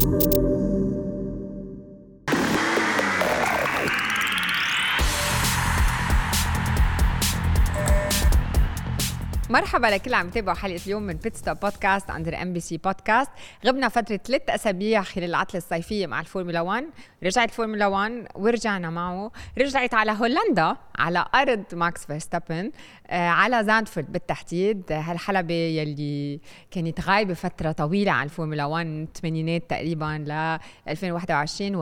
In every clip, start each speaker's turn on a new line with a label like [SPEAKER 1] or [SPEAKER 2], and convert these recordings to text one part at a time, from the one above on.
[SPEAKER 1] مرحبا لكل عم تابعوا حلقة اليوم من بيت ستوب بودكاست عند MBC بودكاست. غبنا فترة 3 أسابيع خلال العطلة الصيفية مع الفورمولا 1. رجعت الفورمولا 1 ورجعنا معه. رجعت على هولندا على أرض ماكس فيرستابن، على زاندفورد بالتحديد، هالحلبة يلي كانت غايبة فترة طويلة عن الفورمولا 1 من الثمانينات تقريبا ل 2021،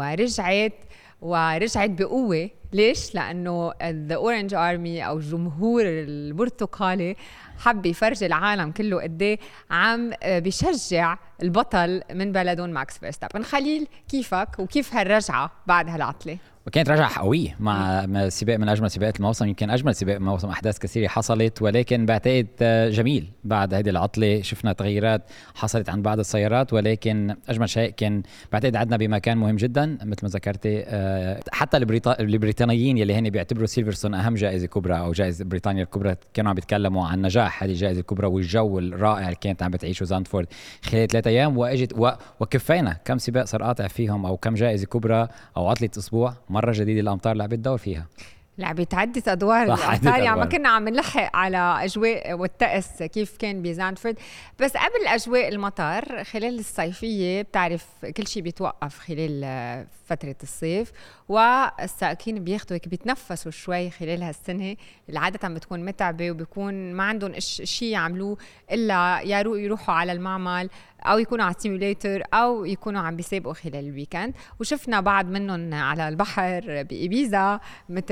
[SPEAKER 1] ورجعت بقوة. ليش؟ لأنه The Orange Army أو الجمهور البرتقالي حب يفرج العالم كله قديه عم بيشجع البطل من بلدون ماكس فيرستابن. خليل، كيفك وكيف هالرجعة بعد هالعطلة؟
[SPEAKER 2] وكانت رجعة قوية مع سباق من أجمل سباقات الموسم، يمكن أجمل سباق موسم، أحداث كثيرة حصلت، ولكن بعتقد جميل. بعد هذه العطلة شفنا تغييرات حصلت عن بعض السيارات، ولكن أجمل شيء كان بعتقد عدنا بمكان مهم جدا مثل ما ذكرتي. حتى البريطانيين يلي هن بيعتبروا سيلفرستون أهم جائزة كبرى أو جائزة بريطانيا الكبرى كانوا عم بيتكلموا عن نجاح هذه الجائزة الكبرى والجو الرائع اللي كانت عم بتعيشه زاندفورد خلال 3 أيام. وأجت وكفينا كم سباق صار قاطع فيهم أو كم جائزة كبرى أو عطلة أسبوع. مرة جديدة الأمطار لعبت دور فيها،
[SPEAKER 1] لعبت عدة أدوار الأمطار، يعني ما كنا عم نلحق على أجواء والطقس كيف كان بزاندفورد. بس قبل أجواء المطر خلال الصيفية بتعرف كل شيء بيتوقف خلال فترة الصيف، والسائقين بياخدوا بيتنفسوا شوي خلال هالسنة اللي عادة بتكون متعبة وبيكون ما عندهم شيء يعملوه إلا يروحوا على المعمل أو يكونوا على السيموليتر أو يكونوا عم بيسابقوا خلال الويكند. وشفنا بعض منهم على البحر بإبيزا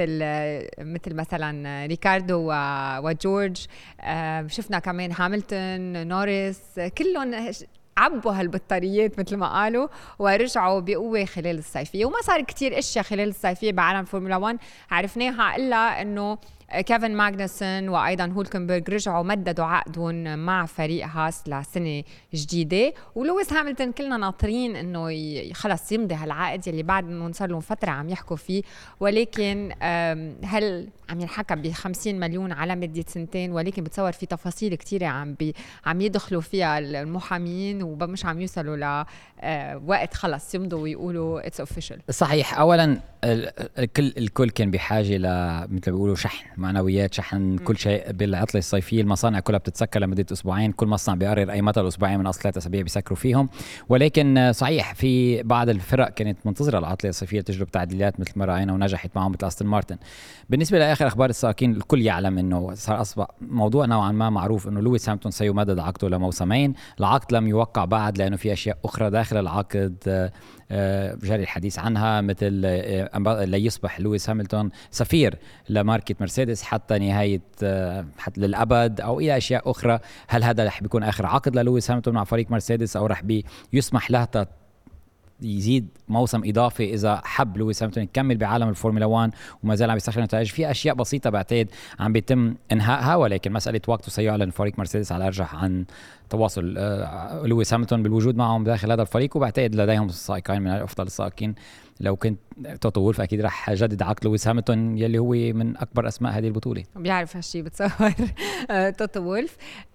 [SPEAKER 1] مثل مثلا ريكاردو وجورج. شفنا كمان هاملتون، نوريس، كلهم عبوا هالبطاريات مثل ما قالوا ورجعوا بقوة خلال الصيفية. وما صار كتير اشياء خلال الصيفية بعالم فورمولا 1 عرفناها إلا انه كيفن ماغنسون وأيضا هولكنبرغ رجعوا مددوا عقدهم مع فريق هاس لسنة جديدة. ولويس هاملتون كلنا ناطرين انه خلص يمضي هالعقد اللي بعد انه صار لهم فترة عم يحكوا فيه، ولكن هل عم ينحكى ب50 مليون على مدة 2 سنين، ولكن بتصور في تفاصيل كتيرة عم يدخلوا فيها المحامين ومش عم يوصلوا لوقت خلص يمضوا ويقولوا it's official.
[SPEAKER 2] صحيح. أولا الكل كان بحاجة مثل بيقولوا شحن معنويات، شحن كل شيء بالعطلة الصيفية. المصانع كلها بتتسكر لمدة 2 أسبوعين، كل مصنع بيقرر أي متى الأسبوعين من أصل 3 أسابيع بيسكروا فيهم. ولكن صحيح في بعض الفرق كانت منتظرة العطلة الصيفية تجرب تعديلات مثل ما رأينا ونجحت معهم مثل أستون مارتن. بالنسبة لآخر أخبار السائقين، الكل يعلم أنه صار أصبح موضوع نوعا ما معروف أنه لويس هاملتون سيمدد عقده لموسمين. العقد لم يوقع بعد لأنه في أشياء أخرى داخل العقد جاري الحديث عنها، مثل ليصبح لويس هاملتون سفير لماركة مرسيدس حتى نهاية حتى للأبد أو إلى أشياء أخرى. هل هذا رح بيكون آخر عقد للويس هاملتون مع فريق مرسيدس أو رح يسمح له يزيد موسم إضافي إذا حب لويس هاملتون يكمل بعالم الفورمولا 1 وما زال عم يستخدم نتائج؟ في أشياء بسيطة بعتقد عم بيتم إنهائها، ولكن مسألة وقت سيعلن فريق مرسيدس على أرجح عن تواصل لويس هاملتون بالوجود معهم داخل هذا الفريق. وبعتقد لديهم سائقين من أفضل السائقين. لو كنت توتو وولف أكيد رح جدد عقد لويس هاملتون يلي هو من أكبر أسماء هذه البطولة،
[SPEAKER 1] بيعرف هالشي بتصور توتو وولف.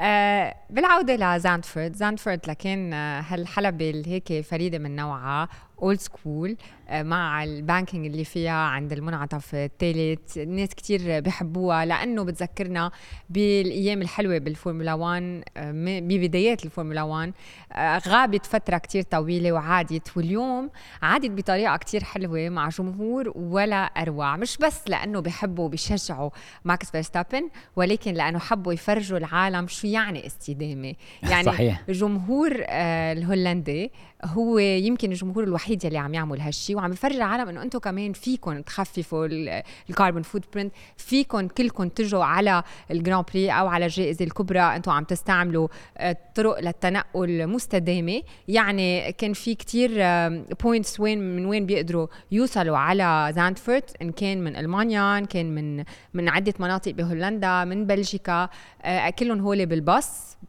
[SPEAKER 1] بالعودة لزاندفورد لكن هالحلبة اللي هيك فريدة من نوعها اولد سكول مع البانكينج اللي فيها عند المنعطف الثالث. الناس كتير بيحبوها لأنه بتذكرنا بالأيام الحلوة بالفورمولا 1 ببدايات الفورمولا 1. غابت فترة كتير طويلة وعادت، واليوم عادت بطريقة كتير حلوة مع جمهور ولا أروع. مش بس لأنه بيحبوا وبيشجعوا ماكس فيرستابن، ولكن لأنه حبوا يفرجوا العالم شو يعني استدامة. يعني
[SPEAKER 2] صحيح.
[SPEAKER 1] الجمهور الهولندي هو يمكن الجمهور الوحيد اللي عم يعمل هالشي وعم يفرج العالم انه انتم كمان فيكم تخففوا الكاربون فوت برنت، فيكم كلكم تجوا على الجراند بري او على الجائزة الكبرى، انتم عم تستعملوا طرق للتنقل مستدامة. يعني كان في كتير بوينتس وين بيقدروا يوصلوا على زاندفورد، ان كان من ألمانيا، ان كان من عدة مناطق بهولندا، من بلجيكا، كلهم هولي بالباص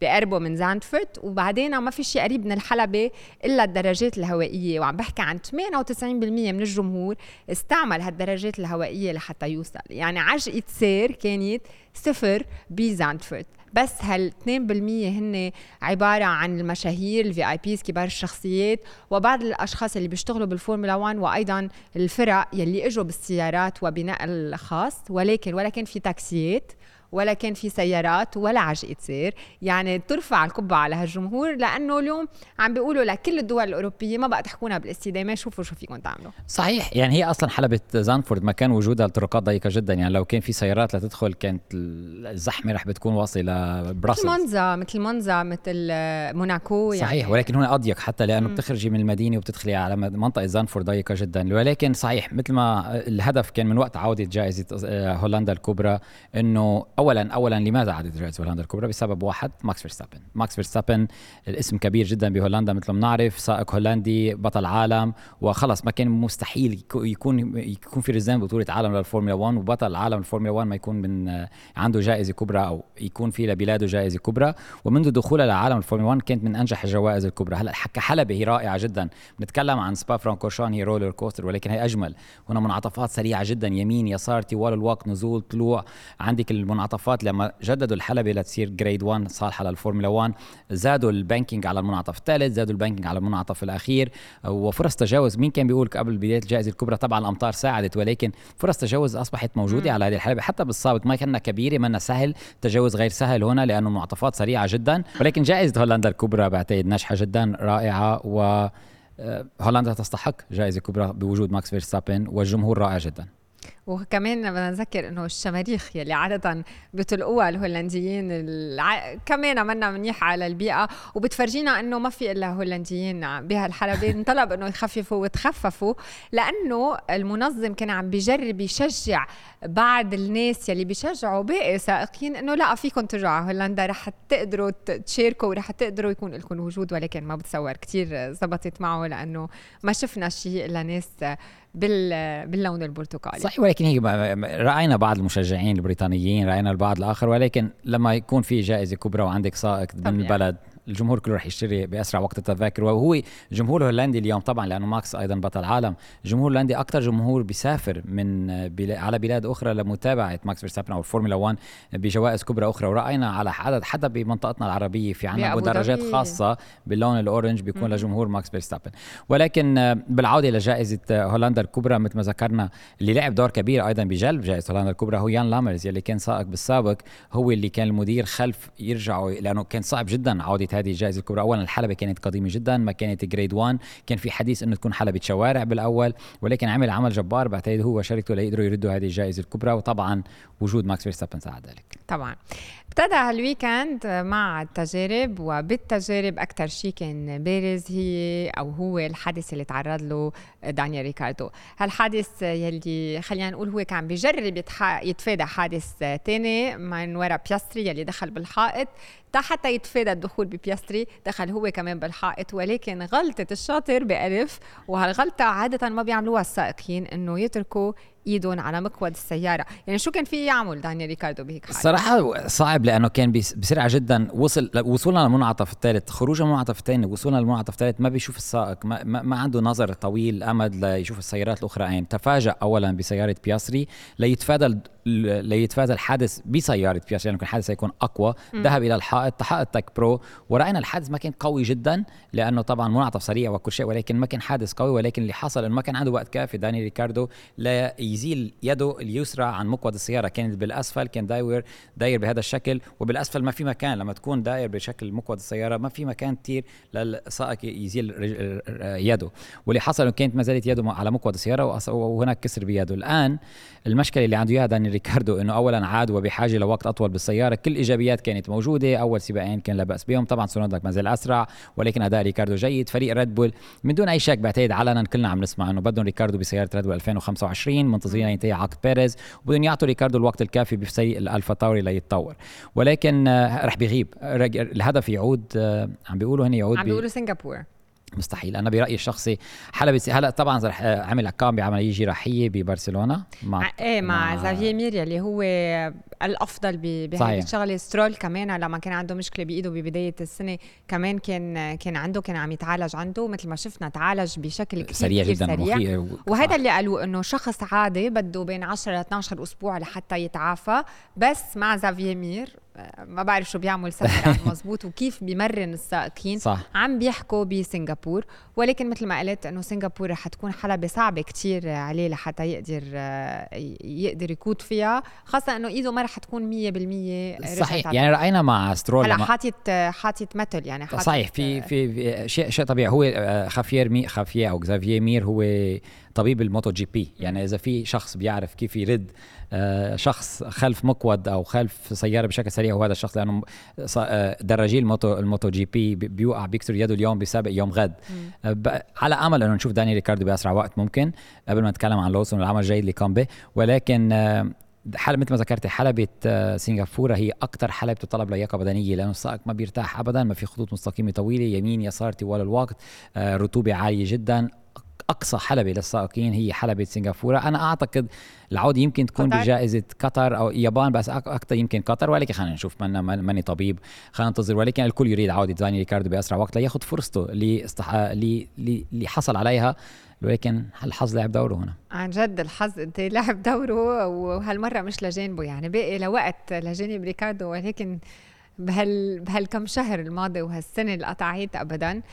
[SPEAKER 1] بقربه من زاندفورت، وبعدين ما في شيء قريب من الحلبة إلا الدراجات الهوائية، وعم بحكي عن 98% من الجمهور استعمل هالدراجات الهوائية لحتى يوصل. يعني عجقة سير كانت 0 بزاندفورت، بس هال 2% هن عبارة عن المشاهير الفي اي بيز كبار الشخصيات وبعض الأشخاص اللي بيشتغلوا بالفورمولا 1 وأيضا الفرق يلي اجوا بالسيارات وبنقل خاص، ولكن ولا كان في تاكسيات ولا كان في سيارات ولا عجقة سير. يعني ترفع القبعة على هالجمهور، لأنه اليوم عم بيقولوا لكل الدول الأوروبية ما بقى تحكونا بالاستدامة، شوفوا شو فيكم تعملوا.
[SPEAKER 2] صحيح، يعني هي أصلا حلبة زانفورد ما كان وجودها الطرقات ضيقة جدا، يعني لو كان في سيارات لتدخل كانت الزحمة رح بتكون واصلة لبراسلز،
[SPEAKER 1] مثل مونزا مثل موناكو يعني.
[SPEAKER 2] صحيح، ولكن هنا أضيق حتى لأنه بتخرجي من المدينة وبتدخلي على منطقة زانفورد ضيقة جدا. ولكن صحيح مثل ما الهدف كان من وقت عودة جائزة هولندا الكبرى، إنه أولا لماذا عادت جائزة هولندا الكبرى؟ بسبب واحد، ماكس فيرستابن الاسم كبير جدا بهولندا مثل ما بنعرف، سائق هولندي بطل عالم، وخلص ما كان مستحيل يكون في رزان بطولة عالم للفورمولا 1 وبطل عالم الفورمولا 1 ما يكون من عنده جائزة كبرى أو يكون في لبلاده جائزة كبرى. ومنذ دخولها لعالم الفورمولا 1 كانت من أنجح الجوائز الكبرى. هلا كحلبة هي رائعة جدا، بنتكلم عن سبا فرانكورشان هي رولر كوستر، ولكن هي أجمل. هنا منعطفات سريعة جدا، يمين يسار طوال الوقت، نزول طلوع. عندك المنعطفات لما جددوا الحلبة لتصير جريد 1 صالحة للفورمولا 1 زادوا البانكينج على المنعطف الثالث، زادوا البانكينج على المنعطف الأخير، وفرص تجاوز. مين كان بيقول قبل بداية الجائزة الكبرى؟ طبعا الأمطار ساعدت، ولكن فرص تجاوز أصبحت موجودة على هذه الحلبة. حتى بالسابق ما كنا كبيرة، ما سهل، تجاوز غير سهل هنا لأنه المنعطفات سريعة جدا. ولكن جائزة هولندا الكبرى بعتقد ناجحة جدا، رائعة، وهولندا تستحق جائزة كبرى بوجود ماكس فيرستابن، والجمهور رائع جدا.
[SPEAKER 1] وكمان بدنا نذكر انه الشماريخ يلي عاده بتلقوها الهولنديين كمان منا منيح على البيئه، وبتفرجينا انه ما في الا هولنديين بهالحلبة. انطلب انه يخففوا وتخففوا، لانه المنظم كان عم بيجرب يشجع بعض الناس يلي بيشجعوا باقي سائقين انه لا فيكم ترجعوا على هولندا، رح تقدروا تشاركوا ورح تقدروا يكون لكم وجود. ولكن ما بتصور كتير زبطت معه، لانه ما شفنا شيء الا ناس باللون البرتقالي.
[SPEAKER 2] صحيح، ولكن هي رأينا بعض المشجعين البريطانيين، رأينا البعض الآخر، ولكن لما يكون في جائزة كبرى وعندك سائق من البلد الجمهور كله رح يشتري بأسرع وقت التذاكر. وهو الجمهور الهولندي اليوم طبعا لأنه ماكس أيضا بطل عالم، الجمهور الهولندي أكثر جمهور بيسافر من على بلاد أخرى لمتابعة ماكس فيرستابن أو الفورمولا 1 بجوائز كبرى أخرى. ورأينا على عدد حتى بمنطقتنا العربية في عنا مدرجات خاصة باللون الأورنج بيكون لجمهور ماكس فيرستابن. ولكن بالعودة لجائزة هولندا الكبرى مثل ما ذكرنا، اللي لعب دور كبير أيضا بجلب جائزة هولندا الكبرى هو يان لامرز، يلي كان سائق بالسابق، هو اللي كان المدير خلف يرجعوا، لأنه كان صعب جدا عودة هذه الجائزة الكبرى. أولا الحلبة كانت قديمة جدا، ما كانت جريد 1، كان في حديث إنه تكون حلبة شوارع بالأول، ولكن عمل جبار بعتقد هو وشركته ليقدروا يردوا هذه الجائزة الكبرى. وطبعا وجود ماكس فيرستابن ساعد ذلك.
[SPEAKER 1] طبعا ابتدى هالويكند مع التجارب، وبالتجارب أكتر شيء كان بارز هو الحادث اللي تعرض له دانيال ريكاردو. هالحادث يلي خلينا نقول هو كان بيجرب يتفادى حادث تاني من وراء بياستري يلي دخل بالحائط، حتى يتفادى الدخول ببياستري دخل هو كمان بالحائط. ولكن غلطة الشاطر بألف، وهالغلطة عادة ما بيعملوها السائقين، إنه يتركوا ايدهم على مقود السيارة. يعني شو كان فيه يعمل دانيال ريكاردو بهيك حالة؟
[SPEAKER 2] الصراحة صعب، لأنه كان بسرعة جدا وصلنا للمنعطف الثالث، خروج المنعطف الثاني وصلنا للمنعطف الثالث، ما بيشوف السائق، ما عنده نظر طويل الأمد ليشوف السيارات الأخرى عين. تفاجأ أولا بسيارة بياستري ليتفادى الحادث بسيارة بياستري، لأنه كان الحادث سيكون أقوى. ذهب إلى الحائط تك برو، ورأينا الحادث ما كان قوي جدا لأنه طبعا منعطف سريع وكل شيء، ولكن ما كان حادث قوي. ولكن اللي حصل إنه ما كان عنده وقت كافي دانيال ريكاردو يزيل يده اليسرى عن مقود السيارة. كانت بالأسفل، كان داير بهذا الشكل، وبالأسفل ما في مكان، لما تكون داير بشكل مقود السيارة ما في مكان كتير للسائق يزيل يده. واللي حصل إنه كانت ما زالت يده على مقود السيارة، وهناك كسر بيده. الآن المشكلة اللي عنده إياها دانيال ريكاردو إنه أولا عاد وبحاجة لوقت أطول بالسيارة. كل إيجابيات كانت موجودة، أول سباقين كان لا بأس بهم، طبعا سونودك ما زال أسرع، ولكن أداء ريكاردو جيد. فريق ريد بول من دون أي شك بعتقد علنا كلنا عم نسمع إنه بدهم ريكاردو بسيارة ريد بول 2025، منتظرين ينتهي عقد بيريز، وبدهم يعطوا ريكاردو الوقت الكافي بفريق الألفا تاوري ليتطور. ولكن رح بيغيب، الهدف يعود، عم بيقولوا سنغافورة. مستحيل. انا برايي الشخصي حلبة هلا طبعا رح عمل كان بعمليه جراحيه ببرشلونه
[SPEAKER 1] مع زافييه مير اللي هو الافضل بهذه الشغله. سترول كمان لما كان عنده مشكله بايده ببدايه السنه كمان كان عنده كان عم يتعالج عنده، مثل ما شفنا تعالج بشكل كثير
[SPEAKER 2] سريع جدا
[SPEAKER 1] سريع. وهذا اللي قالوا انه شخص عادي بده بين 10 ل 12 اسبوع لحتى يتعافى. بس مع زافييه مير ما بعرف شو بيعمل سفر مزبوط وكيف بيمرن السائقين.
[SPEAKER 2] صح.
[SPEAKER 1] عم بيحكوا بسنغافور، ولكن مثل ما قلت انه سنغافور رح تكون حلبة صعبة كتير عليه لحتى يقدر يقود فيها، خاصة انه ايده ما رح تكون 100%
[SPEAKER 2] صحيح. يعني رأينا مع سترول
[SPEAKER 1] هلا حاطط مثل يعني
[SPEAKER 2] صحيح في شيء طبيعي. هو خافير او زافييه مير هو طبيب الموتو جي بي. يعني اذا في شخص بيعرف كيف يرد شخص خلف مقود او خلف سياره بشكل سريع وهذا الشخص، لانه دراجي الموتو جي بي بيوقع بيكسر يده اليوم بسابق يوم غد. على امل انه نشوف داني ريكاردو باسرع وقت ممكن قبل ما نتكلم عن لوسون والعمل الجيد اللي قام به. ولكن حلبة مثل ما ذكرت حلبة سنغافورة هي أكتر حلبة تطلب لياقة بدنية، لأنه السائق ما بيرتاح أبدا، ما في خطوط مستقيمة طويلة يمين يسار طوال الوقت، رطوبة عالية جدا. أقصى حلبة للسائقين هي حلبة سنغافورة. أنا أعتقد العودة يمكن تكون بجائزة قطر أو اليابان، بس أكتر يمكن قطر، ولكن خلينا نشوف. ماني طبيب، خلينا ننتظر. ولكن الكل يريد عودة داني ريكاردو بأسرع وقت ليأخذ فرصته اللي حصل عليها، ولكن الحظ لعب دوره هنا.
[SPEAKER 1] عن جد الحظ انت لعب دوره، وهالمرة مش لجانبه. يعني باقي لوقت لجانب ريكاردو، ولكن بهالكم شهر الماضي وهالسنة اللي قطعت أبدا.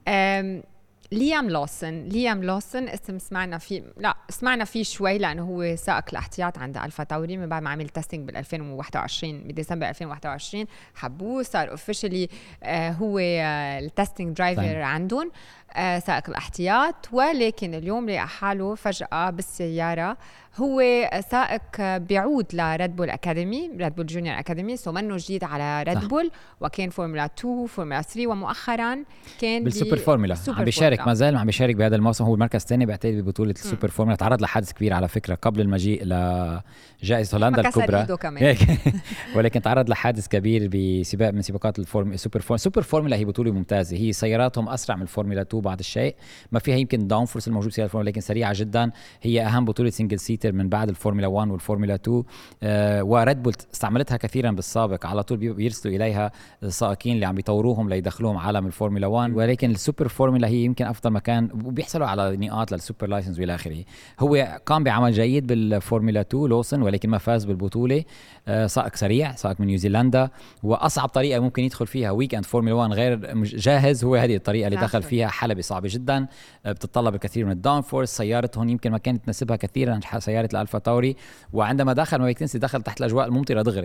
[SPEAKER 1] ليام لوسن اسم سمعنا فيه شوي، لأنه هو سائق الاحتياط عند ألفا تاوري من بعد ما عمل تيستينج بديسمبر 2021. حبوه، صار اوفيشلي هو التيستينج درايفر عندهم، سائق الاحتياط. ولكن اليوم لقى حاله فجأة بالسيارة هو سائق بيعود لريد بول أكاديمي، ريد بول جونيور أكاديمي. سو منه جديد على ريد بول، وكان فورمولا 2 فورمولا 3 ومؤخرا كان
[SPEAKER 2] بالسوبر فورمولا. عم بيشارك ما زال عم بيشارك بهذا الموسم. هو المركز الثاني بعتقد ببطولة السوبر فورمولا. تعرض لحادث كبير على فكرة قبل المجيء لجائزة هولندا الكبرى ولكن تعرض لحادث كبير بسباق من سباقات السوبر فورمولا. هي بطولة ممتازة، هي سياراتهم أسرع من الفورمولا 2 بعض الشيء، ما فيها يمكن داون فورس الموجود في الفورمولا، لكن سريعة جدا. هي أهم بطولة سنجل سيتر من بعد الفورمولا 1 والفورمولا 2. وريد بول استعملتها كثيرا بالسابق، على طول بيرسلوا إليها السائقين اللي عم بيطوروهم ليدخلوهم عالم الفورمولا 1. ولكن السوبر فورمولا هي يمكن أفضل مكان، وبيحصلوا على نقاط للسوبر لايسنس والى آخره. هو قام بعمل جيد بالفورمولا 2 لوسن، ولكن ما فاز بالبطولة. سائق سريع، سائق من نيوزيلندا، وأصعب طريقة ممكن يدخل فيها ويكند فورمولا 1 غير جاهز هو هذه الطريقة اللي دخل فيها. حلبة صعبة جدا، بتتطلب الكثير من الداون فورس. سيارتهم يمكن ما كانت تناسبها كثيرا سيارة الألفا تاوري، وعندما دخل ما بيكنسي دخل تحت الأجواء الممطرة دغري.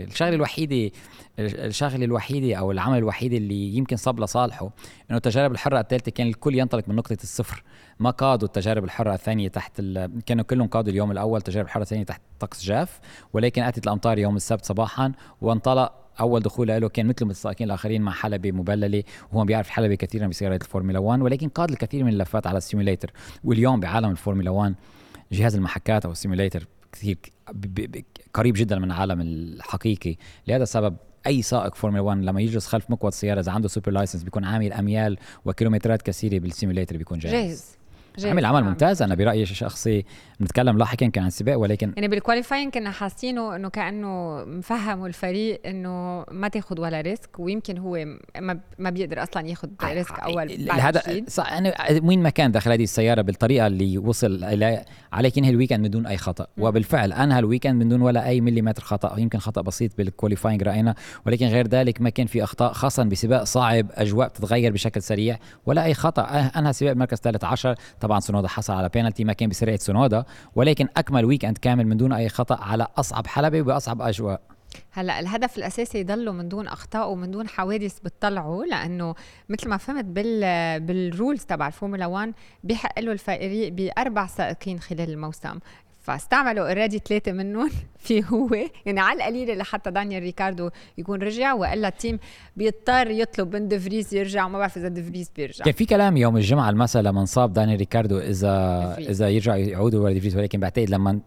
[SPEAKER 2] الشغلة الوحيدة أو العمل الوحيد اللي يمكن صب لصالحه إنه التجارب الحرة الثالثة كان الكل ينطلق من نقطة الصفر. ما قادوا التجارب الحرة الثانية كانوا كلهم قادوا اليوم الأول تجارب الحرة الثانية تحت طقس جاف، ولكن أتت الأمطار يوم السبت صباحا وانطلق. أول دخول له كان مثل السائقين الآخرين مع حلبة مبللة، وهو بيعرف حلبة كثيرا بسيارات الفورمولا 1، ولكن قاد الكثير من اللفات على السيميليتر. واليوم بعالم الفورمولا 1 جهاز المحكات أو السيميليتر كثير قريب جدا من العالم الحقيقي. لهذا السبب أي سائق فورمولا 1 لما يجلس خلف مقود السيارة إذا عنده سوبر لايسنس بيكون عامل أميال وكيلومترات كثيرة بالسيميليتر بيكون جاهز. عمل ممتاز. أنا برأيي الشخصي بنتكلم لاحقا كان عن السباق، ولكن
[SPEAKER 1] يعني بالكواليفاين كنا حاسينه انه كأنه مفهموا الفريق انه ما تاخد ولا ريسك، ويمكن هو ما بيقدر اصلا ياخد ريسك اول.
[SPEAKER 2] هذا أنا وين ما كان داخل هذه السياره بالطريقه اللي وصل عليه ينهي الويكند من دون اي خطا، وبالفعل انهى الويكند من دون ولا اي مليمتر خطا. يمكن خطا بسيط بالكواليفاين راينا، ولكن غير ذلك ما كان في اخطاء، خاصه بسباق صعب اجواء بتتغير بشكل سريع، ولا اي خطا. انهى السباق المركز 13. طبعا سونودا حصل على بينالتي، ما كان بسرعه سونودا، ولكن أكمل ويكند كامل من دون أي خطأ على أصعب حلبة وبأصعب أجواء.
[SPEAKER 1] هلا الهدف الأساسي يضلوا من دون أخطاء ومن دون حوادث بتطلعوا، لأنه مثل ما فهمت بالرولز تبع الفورمولا 1 بيحق له الفريق ب4 سائقين خلال الموسم، فاستعملوا اوريدي 3 منهم في هو يعني على القليله لحتى دانيال ريكاردو يكون رجع، والا التيم بيضطر يطلب من دفريز يرجع، وما بعرف اذا دفريز بيرجع.
[SPEAKER 2] كان في كلام يوم الجمعه المساء لما انصاب دانيال ريكاردو اذا يرجع يعودوا ولا دفريز، ولكن بعتقد لما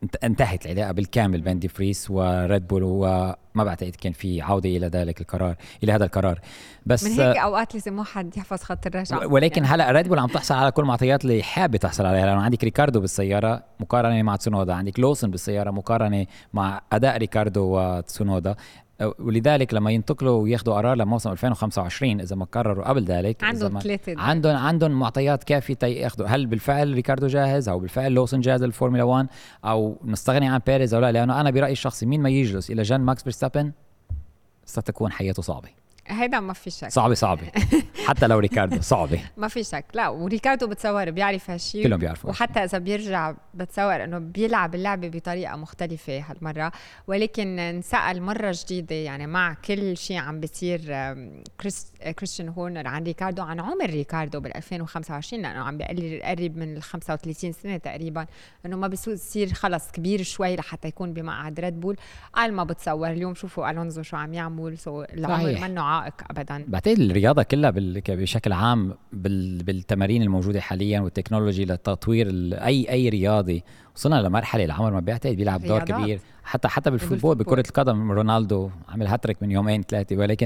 [SPEAKER 2] انتهت العلاقه بالكامل بين دي فريس وريد بول، وما بعتقد كان في عوده الى ذلك القرار، الى هذا القرار. بس
[SPEAKER 1] من هيك اوقات لازم واحد يحفظ خط الرجعه.
[SPEAKER 2] ولكن يعني هلا ريد بول عم تحصل على كل المعطيات اللي حابه تحصل عليها، لانه عندك ريكاردو بالسياره مقارنه مع تسونودا، عندك لوسن بالسياره مقارنه مع اداء ريكاردو وتسونودا، ولذلك لما ينتقلوا وياخذوا قرار لموسم 2025 اذا ما قرروا قبل ذلك عندهم معطيات كافيه ياخذوا. هل بالفعل ريكاردو جاهز، او بالفعل لوسن جاهز للفورمولا 1، او نستغني عن بيريز او لا؟ لانه انا برايي الشخصي مين ما يجلس الى جنب ماكس فيرستابن ستكون حياته صعبه.
[SPEAKER 1] هيدا ما في شك،
[SPEAKER 2] صعبة حتى لو ريكاردو صعبة
[SPEAKER 1] ما في شك. لا، وريكاردو بتصور بيعرف هالشيء،
[SPEAKER 2] كلهم بيعرفوا،
[SPEAKER 1] وحتى إذا بيرجع بتصور إنه بيلعب اللعبة بطريقة مختلفة هالمرة. ولكن نسأل مرة جديدة يعني مع كل شيء عم بيصير كريستيان هورنر عن ريكاردو، عن عمر ريكاردو بال 2025، لأنه عم بيقرب من ال 35 سنة تقريبا، إنه ما بيصير خلص كبير شوي لحتى يكون بمقعد ريد بول. قال ما بتصور اليوم شوفوا ألونزو شو عم يعمل، العمر منه عائق ابدا.
[SPEAKER 2] بعتقد الرياضه كلها بشكل عام بالتمارين الموجوده حاليا والتكنولوجي لتطوير اي رياضي، وصلنا لمرحله العمر ما بيعتقد بيلعب دور كبير. حتى بالفوتبول، بكره القدم رونالدو عمل هاتريك من يومين ثلاثه، ولكن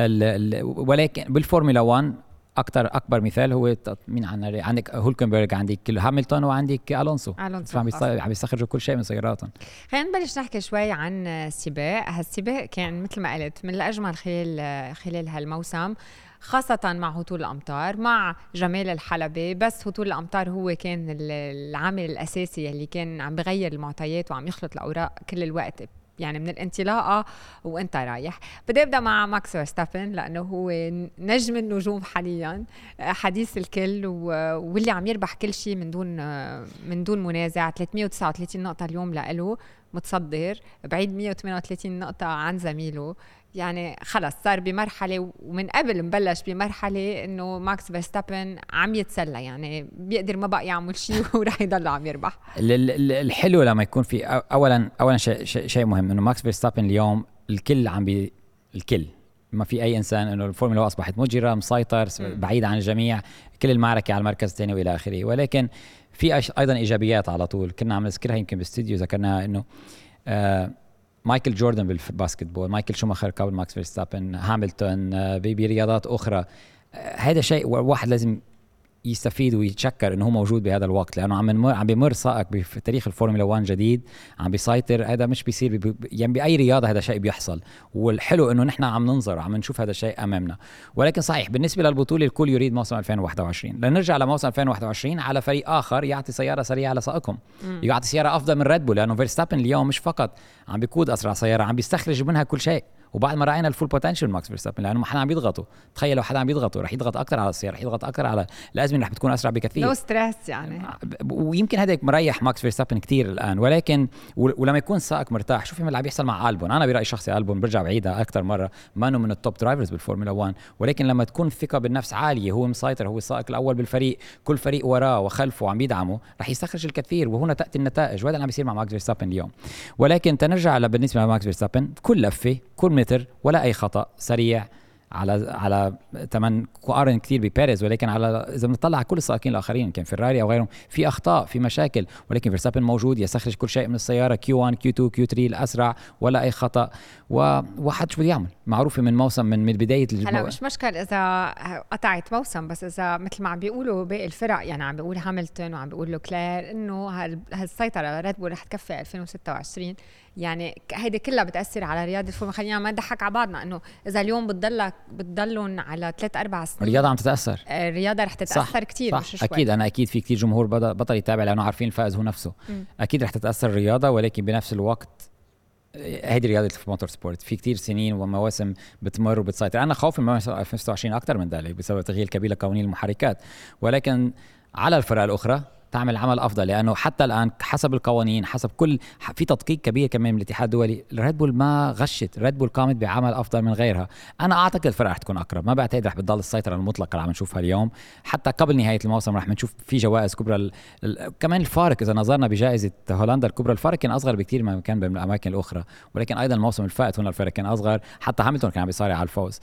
[SPEAKER 2] بالفورمولا 1 اكبر مثال هو مين عندك هولكنبرغ، عندك هاملتون، وعندك الونسو عم يستخرجوا كل شيء من سياراتهم.
[SPEAKER 1] خلينا نبلش نحكي شوي عن السباق. هالسباق كان مثل ما قلت من الاجمل خلال هالموسم، خاصة مع هطول الأمطار، مع جمال الحلبة. بس هطول الأمطار هو كان العامل الأساسي اللي كان عم بغير المعطيات وعم يخلط الأوراق كل الوقت، يعني من الانطلاقة وانت رايح. بدي ابدا مع ماكس فيرستابن لانه هو نجم النجوم حاليا، حديث الكل، واللي عم يربح كل شيء من دون منازع. 339 نقطة اليوم لإله، متصدر بعيد 138 نقطة عن زميله. يعني خلص صار بمرحلة، ومن قبل مبلش بمرحلة انه ماكس فيرستابن عم يتسلى، يعني بيقدر ما بقى يعمل شيء ورح يضل عم يربح.
[SPEAKER 2] الحلو لما يكون في اولا شيء مهم انه ماكس فيرستابن اليوم الكل ما في اي انسان انه الفورمولا اصبحت مجرة، مسيطر، بعيد عن الجميع، كل المعركة على المركز الثاني والى اخره. ولكن في ايضا ايجابيات على طول كنا عم نذكرها يمكن باستديو، ذكرناها انه مايكل جوردن بالباسكتبول، مايكل شوماخر قبل ماكس فيرستابن، هاملتون برياضات أخرى. هذا شيء واحد لازم يستفيد ويتشكر انه هو موجود بهذا الوقت، لانه عم بيمر سائق بتاريخ الفورمولا 1 جديد، عم بيسيطر. هذا مش بيصير يعني باي رياضه هذا شيء بيحصل، والحلو انه نحن عم ننظر وعم نشوف هذا الشيء امامنا. ولكن صحيح بالنسبه للبطوله الكل يريد موسم 2021. لنرجع لموسم 2021 على فريق اخر يعطي سياره سريعه لسائقهم، يعطي سياره افضل من ريد بول، لانه فيرستابن اليوم مش فقط عم بيقود اسرع سياره، عم بيستخرج منها كل شيء. وبعد ما راينا الفول بوتنشل ماكس فيرستابن، لانه ما حدا عم يضغطوا. تخيل لو حدا عم يضغطوا رح يضغط اكثر على السياره، رح يضغط اكثر على الازمنه، رح بتكون اسرع بكثير،
[SPEAKER 1] نو ستريس يعني.
[SPEAKER 2] ويمكن هذاك مريح ماكس فيرستابن كثير الان. ولكن ولما يكون السائق مرتاح، شوفي اللي عم يحصل مع ألبون. انا برايي شخصي ألبون برجع بعيدها اكثر مره، ما انه من التوب درايفرز بالفورمولا 1، ولكن لما تكون الثقه بالنفس عاليه، هو مسيطر، هو السائق الاول بالفريق، كل فريق وراه وخلفه عم يدعمه، رح يستخرج الكثير، وهنا تاتي النتائج. وهذا اللي عم بيصير مع ماكس فيرستابن اليوم. ولكن تنرجع بالنسبه لماكس فيرستابن، كل لفه، كل متر، ولا اي خطأ، سريع على ثمن قارن كثير ببيريز. ولكن على اذا بنطلع على كل السائقين الاخرين، كان فيراري او غيرهم، في اخطاء، في مشاكل، ولكن فيرستابن موجود يستخرج كل شيء من السياره، Q1 Q2 Q3 الاسرع، ولا اي خطأ. وواحد شو بده يعمل، معروفه من موسم من بدايه
[SPEAKER 1] هلا مش مشكل اذا قطعت موسم، بس اذا مثل ما عم بيقولوا باقي الفرق، يعني عم بيقول هاملتون وعم بيقول لوكلير انه هالسيطره على ريد بول رح تكفي 2026. يعني هيدي كلها بتاثر على رياضه الفورمولا. خلينا ما نضحك على بعضنا، انه اذا اليوم بتضلون على 3-4 سنين
[SPEAKER 2] الرياضه عم تتاثر،
[SPEAKER 1] الرياضه رح تتاثر كثير. مش شوي.
[SPEAKER 2] اكيد في كثير جمهور بطل يتابع لانه عارفين الفائز هو نفسه. اكيد رح تتاثر الرياضه، ولكن بنفس الوقت هيدي رياضه الموتور سبورت، في كتير سنين ومواسم بتمر وبتسيطر. انا خوف من موسم 2026 اكثر من ذلك بسبب تغيير كبير لقوانين المحركات، ولكن على الفرق الاخرى تعمل عمل افضل، لانه حتى الان حسب القوانين، حسب كل في تدقيق كبير كمان من الاتحاد الدولي. ريد بول ما غشت، ريد بول قامت بعمل افضل من غيرها. انا اعتقد الفرق رح تكون اقرب، ما بعتقد رح بتضل السيطره المطلقه اللي عم نشوفها اليوم. حتى قبل نهايه الموسم رح نشوف في جوائز كبرى. كمان الفارق اذا نظرنا بجائزه هولندا الكبرى، الفارق كان اصغر بكثير ما كان بالاماكن الاخرى، ولكن ايضا الموسم الفائت هنا الفرق كان اصغر، حتى هاملتون كان عم بيصارع على الفوز.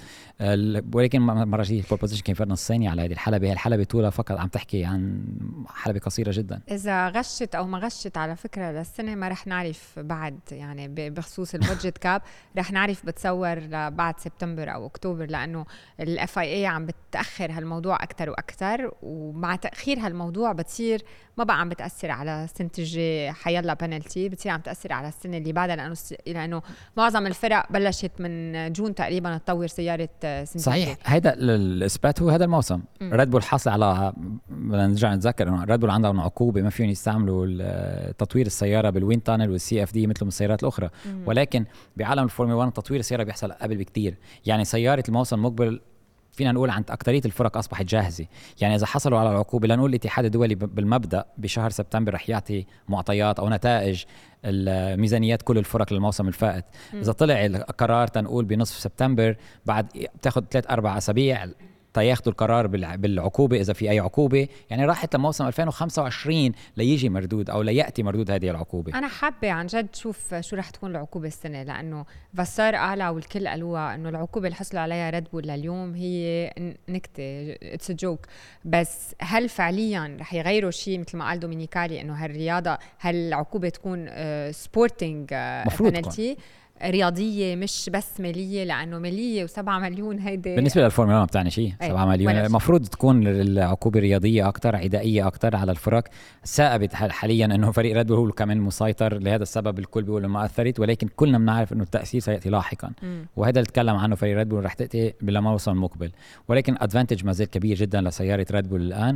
[SPEAKER 2] ولكن مره جديده البول بوزيشن كان فرق نص ثانيه على هذه الحلبه. الحلبه طولها فقط عم تحكي عن حلبه قصيره قصيرة جدا.
[SPEAKER 1] إذا غشت أو ما غشت على فكرة للسنة ما رح نعرف بعد، يعني بخصوص البودجت كاب رح نعرف بتصور بعد سبتمبر أو أكتوبر، لأنه ال FIA عم بتأخر هالموضوع أكتر وأكتر، ومع تأخير هالموضوع بتصير ما بقى عم بتأثر على السنة الجاية حيلا بنالتي، بتصير عم تأثر على السنة اللي بعدها، لأنه معظم الفرق بلشت من جون تقريبا تطور سيارة سنة.
[SPEAKER 2] صحيح، هيدا الإثبات هو هذا الموسم. ريد بول حصل على، بدنا نرجع نتذكر إنه ريد بول عندهم عقوبة ما فيهم يستعملوا تطوير السيارة بالوين تانل والسي اف دي مثل السيارات الأخرى. ولكن بعالم الفورمولا 1 تطوير السيارة بيحصل قبل بكتير. يعني سيارة الموسم المقبل فينا نقول عند أكترية الفرق أصبحت جاهزة. يعني إذا حصلوا على العقوبة، لنقول الاتحاد الدولي بالمبدأ بشهر سبتمبر رح يعطي معطيات أو نتائج الميزانيات كل الفرق للموسم الفائت. إذا طلع القرار تنقول بنصف سبتمبر، بعد بتاخد 3-4 أسابيع تياخدوا القرار بالعقوبة إذا في أي عقوبة. يعني راحت لموسم 2025 ليجي مردود أو ليأتي مردود هذه العقوبة.
[SPEAKER 1] أنا حابة عن جد شوف شو رح تكون العقوبة السنة، لأنه فاسار قال والكل قالوها إنه العقوبة اللي حصلوا عليها ريد بول لليوم هي نكتة، it's a joke. بس هل فعليا رح يغيروا شيء مثل ما قال دومينيكالي إنه هالرياضة هالعقوبة تكون سبورتنج بنالتي رياضية مش بس مالية؟ لأنه مالية و7 مليون هيدا
[SPEAKER 2] بالنسبة للفورمولا ما بتعني شيء. 7 مليون المفروض تكون العقوبة رياضية أكتر، عدائية أكتر على الفرق. ثابت حاليا أنه فريق ريد بول هو كمان مسيطر، لهذا السبب الكل بيقول ما أثرت، ولكن كلنا بنعرف أنه التأثير سيأتي لاحقا. وهذا اللي تكلم عنه فريق ريد بول رح تأتي بالموسم المقبل. ولكن أدفانتج ما زال كبير جدا لسيارة ريد بول الآن.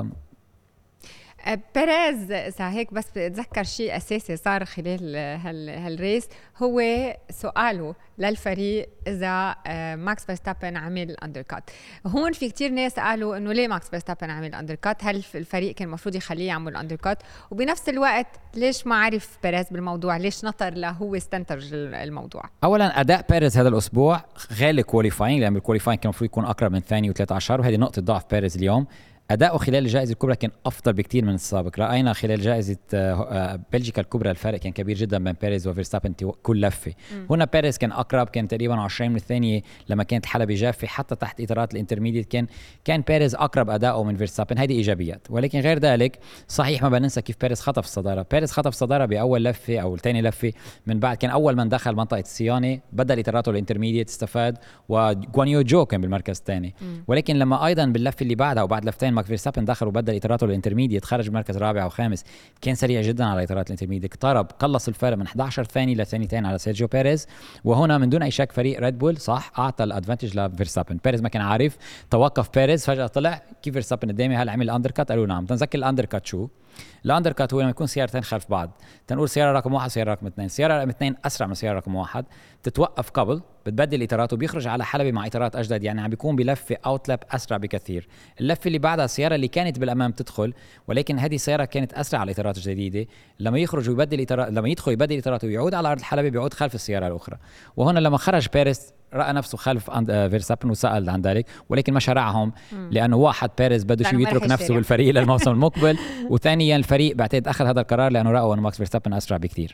[SPEAKER 1] بيريز إذا هيك بس بتذكر شيء أساسي صار خلال هالريس، هو سؤاله للفريق إذا ماكس فيرستابن عمل أندركات. هون في كتير ناس قالوا إنه ليه ماكس فيرستابن عمل أندركات، هل الفريق كان المفروض يخليه يعمل أندركات، وبنفس الوقت ليش ما عرف بيريز بالموضوع، ليش نطر له هو استنتج الموضوع.
[SPEAKER 2] أولا أداء بيريز هذا الأسبوع غير كواليفاينج، لأن الكواليفاينج كان المفروض يكون أقرب من ثاني و13، وهذه نقطة ضعف بيريز اليوم. أداؤه خلال الجائزة الكبرى كان أفضل بكتير من السابق. رأينا خلال جائزة بلجيكا الكبرى الفرق كان كبير جدا بين بيريز وفيرستابن كل لفة. هنا بيريز كان أقرب، كان تقريبا 20 من الثانية لما كانت الحلبة جافة، حتى تحت إطارات الانترميديت كان بيريز أقرب أداؤه من فيرستابن. هذه إيجابيات. ولكن غير ذلك صحيح ما بننسى كيف بيريز خطف الصدارة. بيريز خطف الصدارة بأول لفة أو ثاني لفة، من بعد كان أول من دخل منطقة الصيانة، بدل إطاراته الانترميديت استفاد، وغوانيو جو كان بالمركز الثاني. ولكن لما أيضا باللفة اللي بعدها وبعد لفتين ماك فيرستابن دخل بدل اطاراته الانترميديت، خرج مركز رابع وخامس، كان سريع جدا على اطارات الانترميديت، اقترب قلص الفرق من 11 ثانية لثانيتين على سيرجيو بيريز. وهنا من دون اي شك فريق ريد بول صح اعطى الادفانتج لفيرستابن. بيريز ما كان عارف، توقف بيريز فجأة طلع كيف فيرستابن قدامي، هل عمل الاندركات؟ قالوا نعم. تنذكر الاندركات شو؟ الاندركات هو لما يكون سيارتين خلف بعض، تنقول سيارة رقم 1 سيارة رقم 2، سيارة رقم 2 اسرع من سيارة رقم 1، تتوقف قبل، بتبدل اطاراته، بيخرج على حلبة مع اطارات اجدد، يعني عم بيكون بلفة اوتلاب اسرع بكثير. اللفة اللي بعدها السيارة اللي كانت بالامام تدخل، ولكن هذه السيارة كانت اسرع على الاطارات الجديدة، لما يخرج ويبدل اطارات، لما يدخل يبدل اطاراته ويعود على ارض الحلبة بيعود خلف السيارة الاخرى. وهنا لما خرج بيريز رأى نفسه خلف فيرستابن وسأل عن ذلك، ولكن ما شرعهم، لأنه واحد بيريز بده شو يترك نفسه بالفريق للموسم المقبل، وثانيا الفريق بعتقد أخذ هذا القرار لأنه رأوا أنه ماكس فيرستابن أسرع بكتير.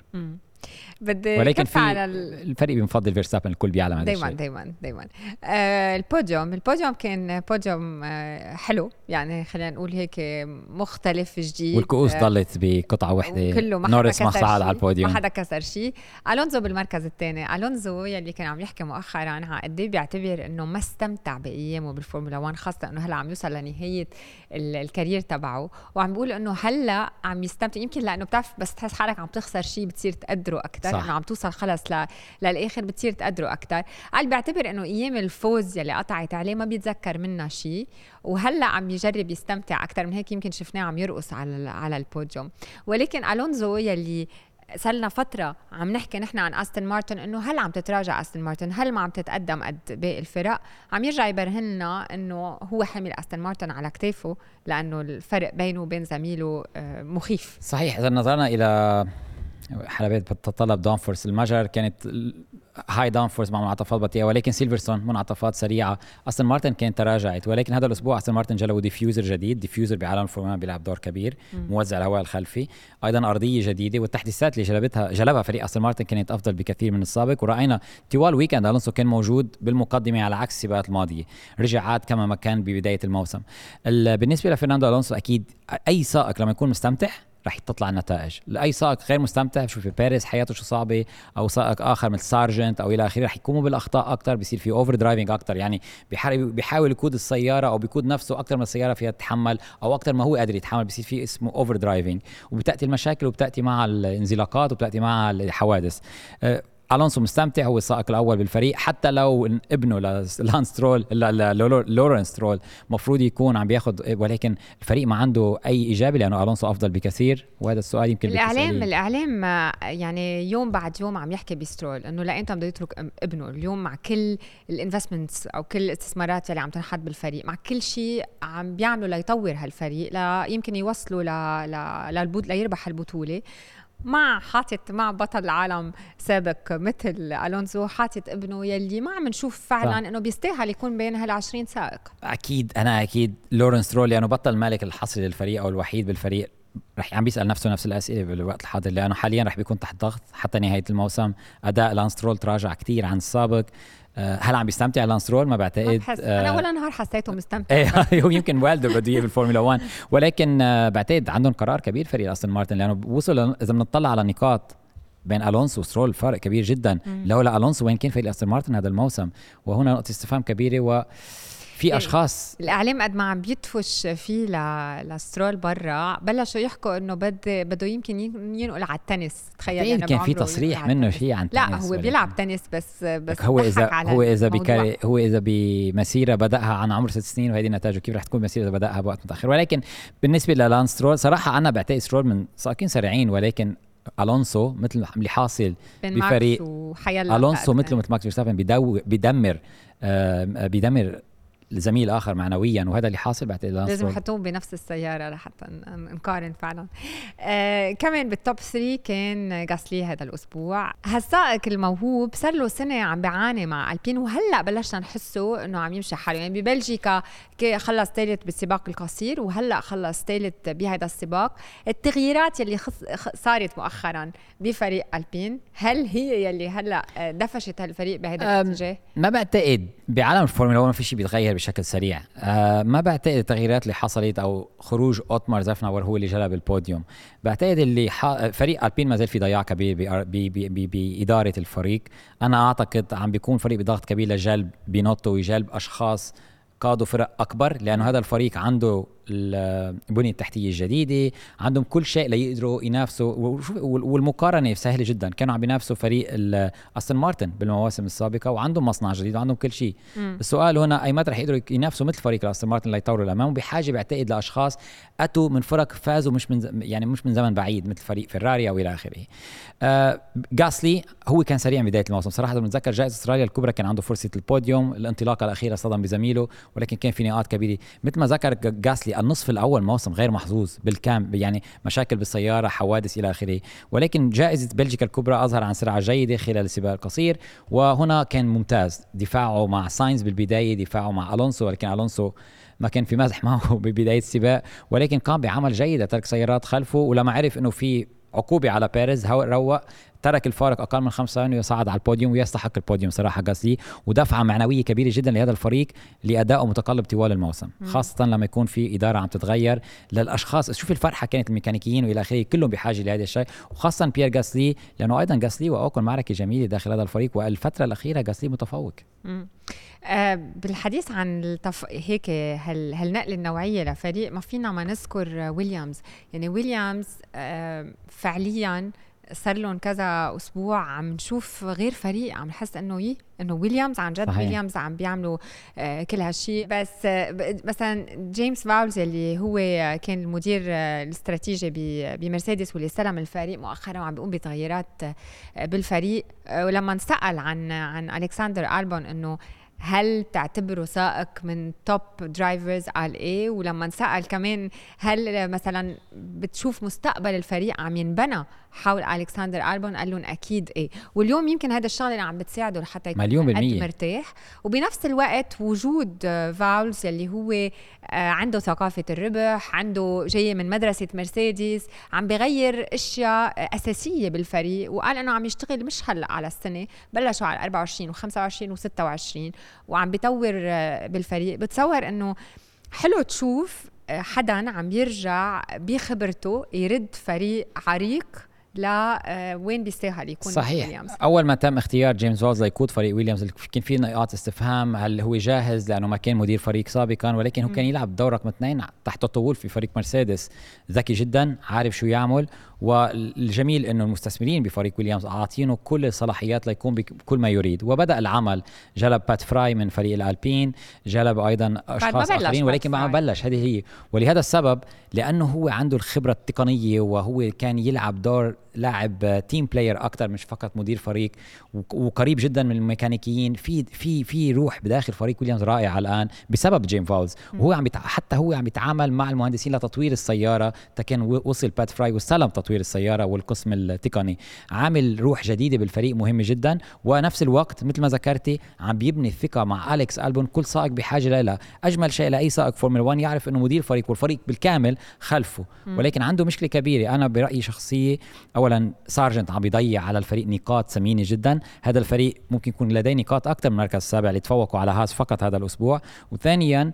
[SPEAKER 2] ولكن في الفريق بيفضل فيرستابن، الكل بيعلم هذا الشيء.
[SPEAKER 1] دايما البوديوم كان بوديوم حلو، يعني خلينا نقول هيك مختلف جديد،
[SPEAKER 2] والكؤوس ضلت بقطعة واحدة، نورس ما صعد على البوديوم،
[SPEAKER 1] ما حدا كسر شيء. ألونزو بالمركز الثاني. ألونزو يلي كان عم يحكي مؤخرا عن قد ايه بيعتبر انه ما استمتع بايامه بالفورمولا 1، خاصة انه هلا عم يوصل لنهاية الكارير تبعه، وعم بيقول انه هلا عم يستمتع، يمكن لانه بتعرف بس تحس حالك عم تخسر شيء بتصير تقدره اكثر، انه عم توصل خلص للاخر بتصير تقدره اكثر. قال بيعتبر انه ايام الفوز يلي قطعت عليه ما بيتذكر منها شيء، وهلا عم يجرب يستمتع اكثر من هيك، يمكن شفناه عم يرقص على البوديوم. ولكن ألونزو يلي صارنا فترة عم نحكي نحن عن أستون مارتن، إنه هل عم تتراجع أستون مارتن، هل ما عم تتقدم قد باقي الفرق، عم يرجع يبرهننا إنه هو حمل أستون مارتن على كتافه، لأنه الفرق بينه وبين زميله مخيف.
[SPEAKER 2] صحيح. إذا نظرنا إلى حلبات بتتطلب دونفورس المجر، كانت هاي داونفورس مع منعطفات بطيئه، ولكن سيلفرستون منعطفات سريعه. استون مارتن كانت تراجعت، ولكن هذا الاسبوع استون مارتن جلبوا ديفيوزر جديد. ديفيوزر بعالم الفورمولا بيلعب دور كبير، موزع الهواء الخلفي، ايضا ارضيه جديده، والتحديثات اللي جلبها فريق استون مارتن كانت افضل بكثير من السابق. وراينا طوال ويكند الونسو كان موجود بالمقدمه على عكس السباقات الماضيه، رجع عاد كما ما كان ببدايه الموسم. بالنسبه لفرناندو الونسو اكيد اي سائق لما يكون مستمتع رح تطلع النتائج. لاي سائق غير مستمتع، شوفي بيريز حياته شو صعبه، او سائق اخر مثل سارجنت او الى اخره، رح يقوموا بالاخطاء اكثر، بيصير في اوفر درايفنج اكثر، يعني بيحاول يقود السياره او بيقود نفسه اكثر من السياره فيها تتحمل، او اكثر ما هو قادر يتحمل، بيصير في اسمه اوفر درايفنج، وبتاتي المشاكل وبتاتي مع الانزلاقات وبتاتي مع الحوادث. الونسو مستمتع، هو السائق الاول بالفريق، حتى لو ابنه لانس سترول لورنس سترول مفروض يكون عم بياخد، ولكن الفريق ما عنده اي اجابه لانه الونسو افضل بكثير. وهذا السؤال يمكن
[SPEAKER 1] الاعلام يعني يوم بعد يوم عم يحكي بسترول انه لا انت بده يترك ابنه. اليوم مع كل الانفستمنتس او كل الاستثمارات اللي عم تنحط بالفريق، مع كل شيء عم بيعملوا ليطور هالفريق يمكن يوصلوا ليربح البطوله، مع بطل العالم سابق مثل ألونسو، حاطط ابنه يلي ما عم نشوف فعلا انه بيستاهل يكون بين هال20 سائق.
[SPEAKER 2] اكيد لورنس سترول لانه بطل المالك الحصري للفريق او الوحيد بالفريق، رح عم بيسأل نفسه نفس الأسئلة بالوقت الحاضر، لأنه حاليا رح بيكون تحت ضغط حتى نهاية الموسم. أداء لانس سترول تراجع كتير عن السابق. هل عم بيستمتع لانس سترول؟ ما بعتقد.
[SPEAKER 1] أنا ولا نهار حسيته مستمتع.
[SPEAKER 2] هو يمكن والده بده اياه بالفورمولا 1، ولكن بعتقد عندهم قرار كبير فريق أستون مارتن، لأنه وصل إذا بنطلع على النقاط بين ألونسو وسترول فرق كبير جدا. لولا ألونسو وين كان فريق أستون مارتن هذا الموسم؟ وهنا نقطة استفهام كبيرة. في اشخاص
[SPEAKER 1] الاعلام قد ما عم بيدفش فيه لسترول برا، بلشوا يحكوا انه بده يمكن ينقل على التنس. تخيل
[SPEAKER 2] يعني كان في تصريح منه شيء عن
[SPEAKER 1] لا تنس، هو بيلعب تنس بس
[SPEAKER 2] هو اذا بمسيره بداها عن عمر 6 سنين، وهذه نتائجه كيف رح تكون مسيره اذا بداها بوقت متاخر. ولكن بالنسبه للانس سترول صراحه انا بعتقد سترول من سائقين سريعين، ولكن الونسو مثل اللي حاصل بفريق الونسو مثل ماكس فيرستابن بيدمر الزميل آخر معنويا، وهذا اللي حاصل. بعتقد
[SPEAKER 1] لازم يحطوهم بنفس السيارة لحتى نقارن فعلا. كمان بالتوب 3 كان غاسلي هذا الأسبوع. هالسائق الموهوب صار له سنة عم بيعاني مع ألبين، وهلأ بلشنا نحسه إنه عم يمشي حاله. يعني ببلجيكا خلص ثالث بالسباق القصير، وهلأ خلص ثالث بهذا السباق. التغييرات يلي صارت مؤخرا بفريق ألبين، هل هي يلي هلأ دفشت هالفريق بهذا الاتجاه؟
[SPEAKER 2] ما بعتقد. بعالم الفورمولا 1 ما في شيء بيتغير بشكل سريع. ما بعتقد التغييرات اللي حصلت او خروج اوتمار زفناور هو اللي جلب البوديوم. بعتقد اللي فريق ألبين ما زال في ضياع كبير بإدارة الفريق. انا اعتقد عم بيكون فريق بضغط كبير لجلب بينوتو ويجلب اشخاص قادوا فرق اكبر، لانه هذا الفريق عنده البنية التحتية الجديدة، عندهم كل شيء ليقدروا ينافسوا. والمقارنة سهلة جدا، كانوا عم بينافسوا فريق أستون مارتن بالمواسم السابقة، وعندهم مصنع جديد وعندهم كل شيء. السؤال هنا أي متى رح يقدروا ينافسوا مثل فريق أستون مارتن ليطوروا الأمام؟ بحاجة بعتقد لأشخاص أتوا من فرق فازوا مش من زمن بعيد مثل فريق فيراري أو إلى آخره. غاسلي هو كان سريع بداية الموسم صراحة. بنتذكر جائزة استراليا الكبرى كان عنده فرصة البوديوم، الانطلاقة الأخيرة صدم بزميله، ولكن كان في نقاط كبيرة. مثل ما ذكر غاسلي النصف الأول موسم غير محظوظ بالكامل، يعني مشاكل بالسيارة، حوادث إلى آخره، ولكن جائزة بلجيكا الكبرى أظهر عن سرعة جيدة خلال السباق القصير، وهنا كان ممتاز. دفاعه مع ساينز بالبداية، دفاعه مع ألونسو، ولكن ألونسو ما كان في مزح معه ببداية السباق، ولكن قام بعمل جيد، ترك سيارات خلفه، ولما عرف إنه في عقوبة على بيريز روق، ترك الفارق أقل من 5 ثواني وصعد على البوديوم، ويستحق البوديوم صراحة غاسلي. ودفعة معنوية كبيرة جدا لهذا الفريق لأدائه متقلب طوال الموسم، خاصة لما يكون في إدارة عم تتغير للأشخاص. شوف الفرحة كانت الميكانيكيين وإلى آخره كلهم بحاجة لهذا الشيء، وخاصة بيير غاسلي، لأنه أيضا غاسلي وأوكون معركة جميلة داخل هذا الفريق، والفترة الأخيرة غاسلي متفوق.
[SPEAKER 1] بالحديث عن هيك هالنقل النوعية لفريق، ما فينا ما نذكر ويليامز. يعني ويليامز فعليا صار لهم كذا أسبوع عم نشوف غير فريق، عم نحس إنه ويليامز عن جد. صحيح. ويليامز عم بيعملوا كل هالشيء. بس مثلا جيمس فاولز اللي هو كان المدير الاستراتيجي بمرسيدس واللي استلم الفريق مؤخرا وعم بيقوم بتغييرات بالفريق، ولما نسأل عن ألكسندر ألبون إنه هل تعتبره سائق من توب درايفرز؟ قال ايه. ولما نسأل كمان هل مثلا بتشوف مستقبل الفريق عم ينبنى حول ألكسندر ألبون، قال لهم اكيد ايه. واليوم يمكن هذا الشغل اللي عم بتساعده لحتى يكون قد مرتاح. وبنفس الوقت وجود فاولز اللي هو عنده ثقافة الربح، عنده جاي من مدرسة مرسيدس، عم بغير اشياء اساسية بالفريق. وقال انه عم يشتغل مش هلا على السنة، بلشوا على 24 و25 و26 وعم بيطور بالفريق. بتصور انه حلو تشوف حدا عم يرجع بخبرته يرد فريق عريق لا وين بيستاهل يكون.
[SPEAKER 2] صحيح.
[SPEAKER 1] ويليامز.
[SPEAKER 2] اول ما تم اختيار جيمس فولز ليقود فريق ويليامز كان في نقاط استفهام، هل هو جاهز لانه ما كان مدير فريق سابقا، ولكن هو كان يلعب دور رقم 2 تحت توتو وولف في فريق مرسيدس. ذكي جدا، عارف شو يعمل. والجميل انه المستثمرين بفريق ويليامز عاطينه كل الصلاحيات ليقوم بكل ما يريد. وبدا العمل، جلب بات فراي من فريق الالبين، جلب ايضا اشخاص اخرين، ولكن ما بلش. هذه هي. ولهذا السبب لانه هو عنده الخبره التقنيه، وهو كان يلعب دور لاعب تيم بلاير اكثر مش فقط مدير فريق، وقريب جدا من الميكانيكيين. في روح بداخل فريق ويليامز رائعه الان بسبب جيم فولز. وهو حتى هو عم يتعامل مع المهندسين لتطوير السياره، كان وصل بات فراي واستلم تطوير السياره والقسم التقني. عامل روح جديده بالفريق مهمه جدا. ونفس الوقت مثل ما ذكرتي عم بيبني الثقه مع أليكس ألبون. كل سائق بحاجه لها. اجمل شيء لاي سائق فورمولا 1 يعرف انه مدير فريق والفريق بالكامل خلفه. ولكن عنده مشكله كبيره. انا برايي شخصيه، اولا سارجنت عم بيضيع على الفريق نقاط ثمينه جدا. هذا الفريق ممكن يكون لديه نقاط اكثر من المركز السابع اللي تفوقوا على هاس فقط هذا الاسبوع. وثانيا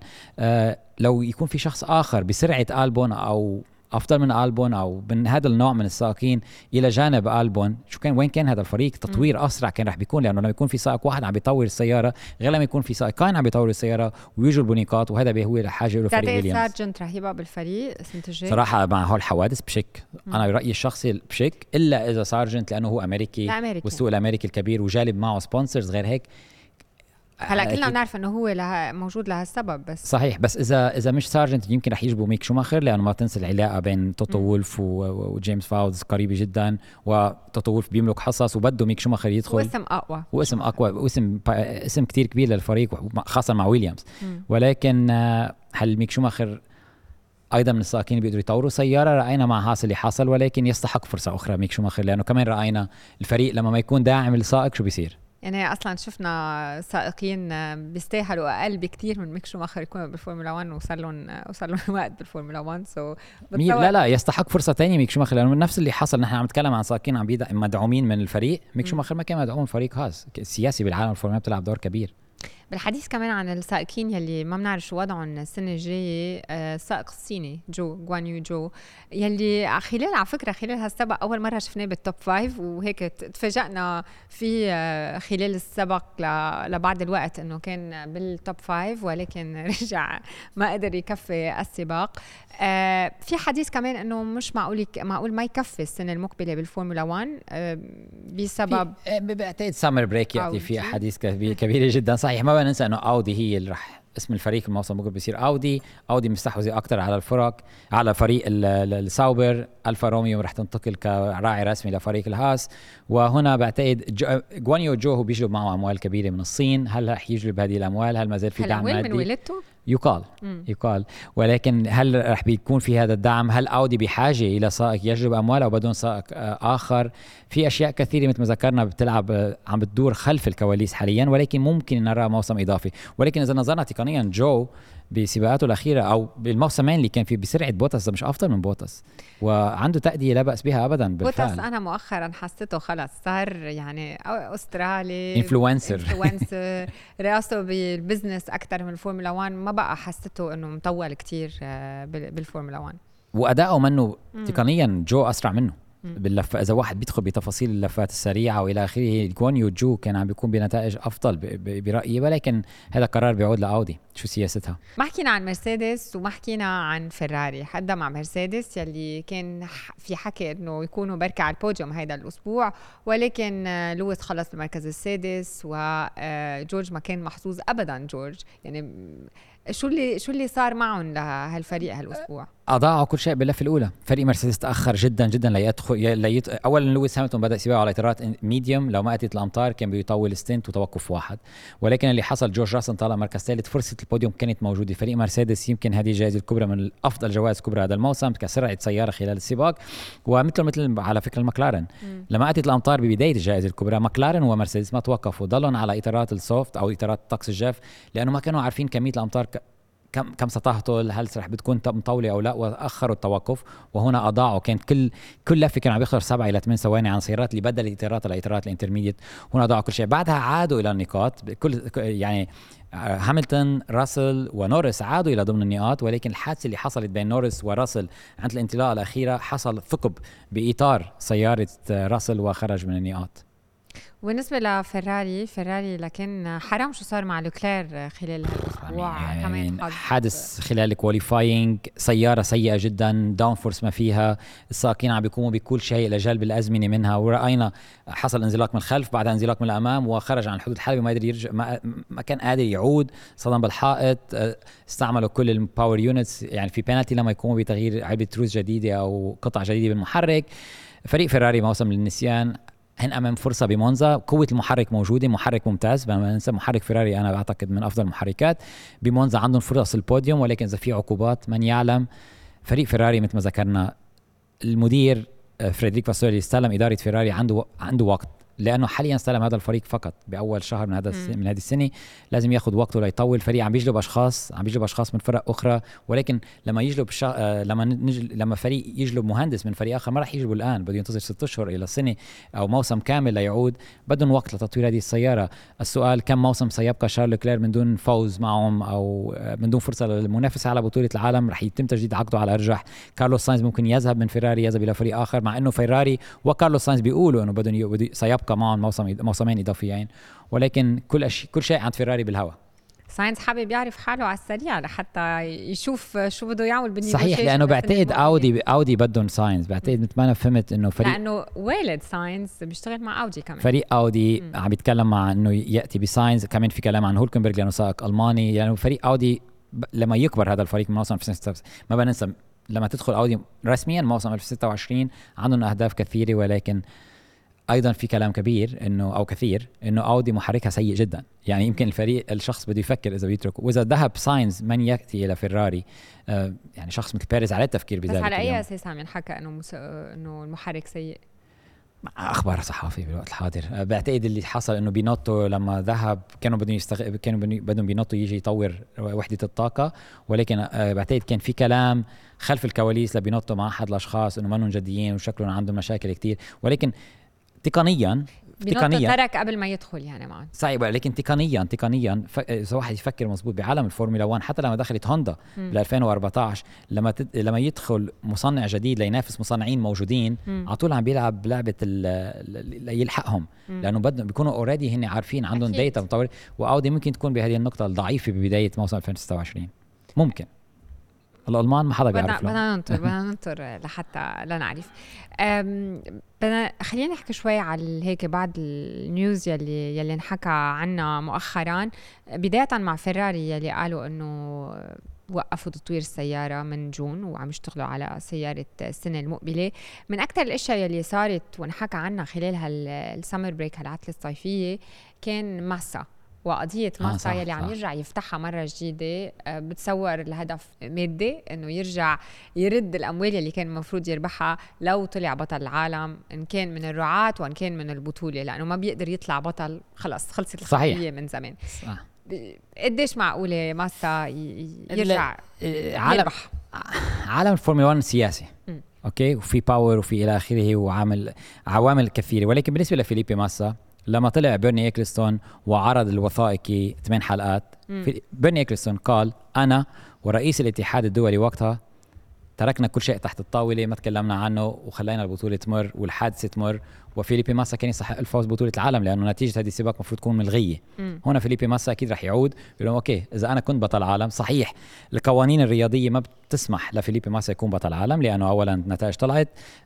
[SPEAKER 2] لو يكون في شخص اخر بسرعه ألبون او افضل من ألبون او من هذا النوع من السائقين الى جانب ألبون، شو كان وين كان هذا الفريق؟ تطوير اسرع كان رح بيكون. لانه لما يكون في سائق واحد عم بيطور السياره غير لما يكون في سائقين عم بيطوروا السياره ويجلبوا نقاط. وهذا هو الحاجه له فريق ويليامز.
[SPEAKER 1] سارجنت رح يبقى بالفريق السنه الجايه
[SPEAKER 2] صراحه مع هول الحوادث بشك. انا برايي الشخصي بشك، الا اذا سارجنت لانه هو امريكي والسوق الامريكي الكبير وجالب معه سبونسرز. غير هيك
[SPEAKER 1] هلا كلنا بنعرف انه هو موجود لهالسبب. بس
[SPEAKER 2] صحيح. بس اذا مش سارجنت يمكن رح يجيبوا ميك شوماخر، لانه ما تنسى العلاقه بين توتو وولف وجيمس فاولز قريبه جدا. وتوتو وولف بيملك حصص وبده ميك شوماخر يدخل. واسم اقوى اسم كتير كبير للفريق خاصه مع ويليامز. ولكن هل ميك شوماخر ايضا من السائقين بيقدروا يطوروا سياره؟ راينا مع هاس اللي حصل. ولكن يستحق فرصه اخرى ميك شوماخر، لانه كمان راينا الفريق لما ما يكون داعم للسائق شو بيصير.
[SPEAKER 1] يعني اصلا شفنا سائقين بيستاهلوا اقل بكتير من ميك شوماخر يكونوا بالفورمولا 1 وصار لهم وقت بالفورمولا 1.
[SPEAKER 2] لا يستحق فرصه ثانيه ميك شوماخر، لانه من نفس اللي حصل. نحن عم نتكلم عن سائقين عم مدعومين من الفريق. ميك شوماخر ما كان مدعوم فريق هاس. السياسي بالعالم الفورمولا بتلعب دور كبير.
[SPEAKER 1] بالحديث كمان عن السائقين يلي ما بنعرف شو وضعهم السنه الجايه، السائق الصيني غوانيو جو يلي على فكره خلال هالسبق اول مره شفناه بالتوب 5. وهيك تفاجئنا في خلال السبق لبعض الوقت انه كان بالتوب 5، ولكن رجع ما قدر يكفي السباق. في حديث كمان انه مش معقول ما يكفي السنه المقبله بالفورمولا 1 بسبب
[SPEAKER 2] بعتقد سامر بريك ياتي في حديث كبير جدا. صحيح. ما ننسى انه اودي هي اللي رح اسم الفريق الموسم المقبل بيصير اودي مستحوذه اكثر على الفرق، على فريق الساوبر. الفا روميو رح تنتقل كراعي رسمي لفريق الهاس. وهنا بعتقد غوانيو جو هو بيجلب معه اموال كبيره من الصين. هل رح يجلب هذه الاموال؟ هل ما زال في دعم مادي؟
[SPEAKER 1] من ولدته
[SPEAKER 2] يقال. ولكن هل رح بيكون في هذا الدعم؟ هل اودي بحاجه الى سائق يجلب اموال او بدون سائق اخر؟ في اشياء كثيره مثل ما ذكرنا بتلعب عم بتدور خلف الكواليس حاليا، ولكن ممكن نرى موسم اضافي. ولكن اذا نظرنا تقنيا جو بسباقاته الاخيره او بالموسمين اللي كان فيه بسرعه بوتاس مش افضل من بوتاس، وعنده تأدية لا بأس بها ابدا. بالفعل
[SPEAKER 1] بوتاس انا مؤخرا حسيته خلص صار يعني استرالي
[SPEAKER 2] انفلونسر
[SPEAKER 1] راسه بالبزنس اكثر من الفورمولا 1. ما بقى حسيته انه مطول كتير بالفورمولا 1.
[SPEAKER 2] واداؤه منه تقنيا جو اسرع منه باللفه. اذا واحد بيدخل بتفاصيل اللفات السريعه والى اخره، غوانيو جو كان عم بيكون بنتائج افضل برايي. ولكن هذا قرار بيعود لاودي. شو سياستها؟
[SPEAKER 1] ما حكينا عن مرسيدس وما حكينا عن فيراري. حدا مع مرسيدس يلي كان في حكي انه يكونوا بركة على البوديوم هيدا الاسبوع، ولكن لويس خلص بالمركز السادس وجورج ما كان محظوظ ابدا. جورج يعني شو اللي صار معهم لهالفريق هالاسبوع؟
[SPEAKER 2] اضاعوا كل شيء باللفه الاولى. فريق مرسيدس تاخر جدا جدا اولا لويس هامilton بدا سباقه على اطارات ميديوم، لو ما اتت الامطار كان بيطول ستنت وتوقف واحد، ولكن اللي حصل جورج راسل طلع مركز ثالث، فرصه البوديوم كانت موجوده. فريق مرسيدس يمكن هذه الجائزه الكبرى من افضل جوائز كبرى هذا الموسم كسرعه سياره خلال السباق، ومثل على فكره المكلارن لما اتت الامطار ببدايه الجائزه الكبرى مكلارن ومرسيدس ما توقفوا، ضلوا على اطارات السوفت او اطارات الطقس الجاف، لانه ما كانوا عارفين كميه الامطار كم ستهطل، هل رح بتكون مطولة أو لا، وأخروا التوقف وهنا أضاعوا. كانت كل لفة كانوا عم يخسر 7 إلى 8 ثواني عن سيارات اللي بدل إطارات الإطارات الانترميديت، هنا أضاعوا كل شيء. بعدها عادوا إلى النقاط، يعني هامilton راسل ونورس عادوا إلى ضمن النقاط، ولكن الحادثة اللي حصلت بين نورس وراسل عند الانطلاقة الأخيرة حصل ثقب بإطار سيارة راسل وخرج من النقاط.
[SPEAKER 1] بالنسبة لفراري لكن حرام شو صار مع لوكلير خلال هالأسبوع.
[SPEAKER 2] كمان حادث خلال الكواليفاينج، سيارة سيئة جدا، داون فورس ما فيها، السائقين عم بيقوموا بكل شيء لجلب الأزمنة منها، ورأينا حصل انزلاق من الخلف بعدها انزلاق من الأمام وخرج عن الحدود الحلبة، ما قدر يرجع، ما كان قادر يعود، صدم بالحائط. استعملوا كل الباور يونتس، يعني في بينالتي لما يقوموا بتغيير علبة تروس جديدة أو قطع جديدة بالمحرك. فريق فراري موسم للنسيان، هن امام فرصه بمونزا، قوه المحرك موجوده، محرك ممتاز، ما ننسى محرك فيراري انا بعتقد من افضل المحركات بمونزا، عندهم فرص البوديوم، ولكن اذا في عقوبات من يعلم. فريق فيراري مثل ما ذكرنا المدير فريدريك فاسولي استلم اداره فيراري عنده وقت، لانه حاليا استلم هذا الفريق فقط باول شهر من هذه السنه، لازم ياخذ وقته ليطول. الفريق عم بيجلب اشخاص من فرق اخرى، ولكن لما يجلب لما فريق يجلب مهندس من فريق اخر ما راح يجلبه الان، بده ينتظر 6 اشهر الى سنه او موسم كامل ليعود، بدهم وقت لتطوير هذه السياره. السؤال كم موسم سيبقى شارل لوكلير من دون فوز معهم او من دون فرصه للمنافسه على بطوله العالم؟ راح يتم تجديد عقده على ارجح. كارلوس ساينز ممكن يذهب من فيراري، يذهب الى فريق اخر، مع انه فيراري وكارلوس ساينز بيقولوا انه بدهم سيبقى معهم موسمين اضافيين، ولكن كل شيء عند فيراري بالهواء.
[SPEAKER 1] ساينز حابب يعرف حاله على السريع لحتى يشوف شو بده يعمل بالنيغوشيشن.
[SPEAKER 2] صحيح، لانه بعتقد اودي بدهم ساينز، بعتقد مثل ما انا فهمت انه فريق،
[SPEAKER 1] لانه والد ساينز بيشتغل مع اودي كمان،
[SPEAKER 2] فريق اودي عم يتكلم مع انه ياتي بساينز، كمان في كلام عن هولكنبرغ لانه سائق الماني. يعني فريق اودي لما يكبر هذا الفريق من موسم 2026، ما بننسى لما تدخل اودي رسميا موسم 2026 عندهم اهداف كثيره، ولكن ايضا في كلام كبير انه اودي محركها سيء جدا. يعني يمكن الشخص بده يفكر اذا بيترك، واذا ذهب ساينز من ياتي الى فيراري، يعني شخص مثل بيريز على التفكير بذلك.
[SPEAKER 1] بس على اي اساس عم ينحكى انه المحرك سيء؟
[SPEAKER 2] اخبار صحافي بالوقت الحاضر. بعتقد اللي حصل انه بينوتو لما ذهب كانوا بدهم بينوتو يجي يطور وحده الطاقه، ولكن بعتقد كان في كلام خلف الكواليس لبينوتو مع احد الاشخاص انه ما انهم جديين وشكلهم عندهم مشاكل كتير، ولكن تقنيا
[SPEAKER 1] ترك قبل ما يدخل يعني معه.
[SPEAKER 2] صعب، لكن تقنيا اذا واحد يفكر مزبوط بعالم الفورمولا 1، حتى لما دخلت هوندا بال 2014 لما يدخل مصنع جديد لينافس مصنعين موجودين، على طول عم بيلعب لعبه يلحقهم، لانه بيكونوا اوريدي هن عارفين عندهم داتا مطور، واودي ممكن تكون بهذه النقطه الضعيفه ببدايه موسم 2026. ممكن الألمان ما حدا بيعرف.
[SPEAKER 1] بدنا ننطر لحتى لا نعرف. خلينا نحكي شوي على هيك بعض النيوز يلي نحكى عنها مؤخرا، بداية مع فيراري يلي قالوا انه وقفوا تطوير السيارة من جون وعم يشتغلوا على سيارة السنة المقبلة. من أكثر الأشياء يلي صارت ونحكى عنها خلال هالسمر بريك، هالعطلة الصيفية، كان ماسا وقضية ماسا يلي عم يرجع يفتحها مرة جديدة. بتصور الهدف مادي، انه يرجع يرد الاموال يلي كان المفروض يربحها لو طلع بطل العالم، ان كان من الرعاة وان كان من البطولة، لانه ما بيقدر يطلع بطل، خلصت الخطية من زمان. قديش معقولة ماسا يرجع يربح؟
[SPEAKER 2] عالم الفورمولا 1 سياسي، اوكي، وفي باور وفي الى اخره، وعامل عوامل كثيرة، ولكن بالنسبة لفيليبي ماسا لما طلع بيرني إيكلستون وعرض الوثائقي 8 حلقات، بيرني إيكلستون قال أنا ورئيس الاتحاد الدولي وقتها تركنا كل شيء تحت الطاولة، ما تكلمنا عنه وخلينا البطولة تمر والحادثة تمر، وفيليبي ماسا كان يستحق الفوز ببطولة العالم لأنه نتيجة هذه السباق مفروض تكون ملغية. هنا فيليبي ماسا أكيد رح يعود يقول أوكي، إذا أنا كنت بطل عالم، صحيح القوانين الرياضية ما بتسمح لفيليبي ماسا يكون بطل عالم، لأنه أولا نتائج طلعت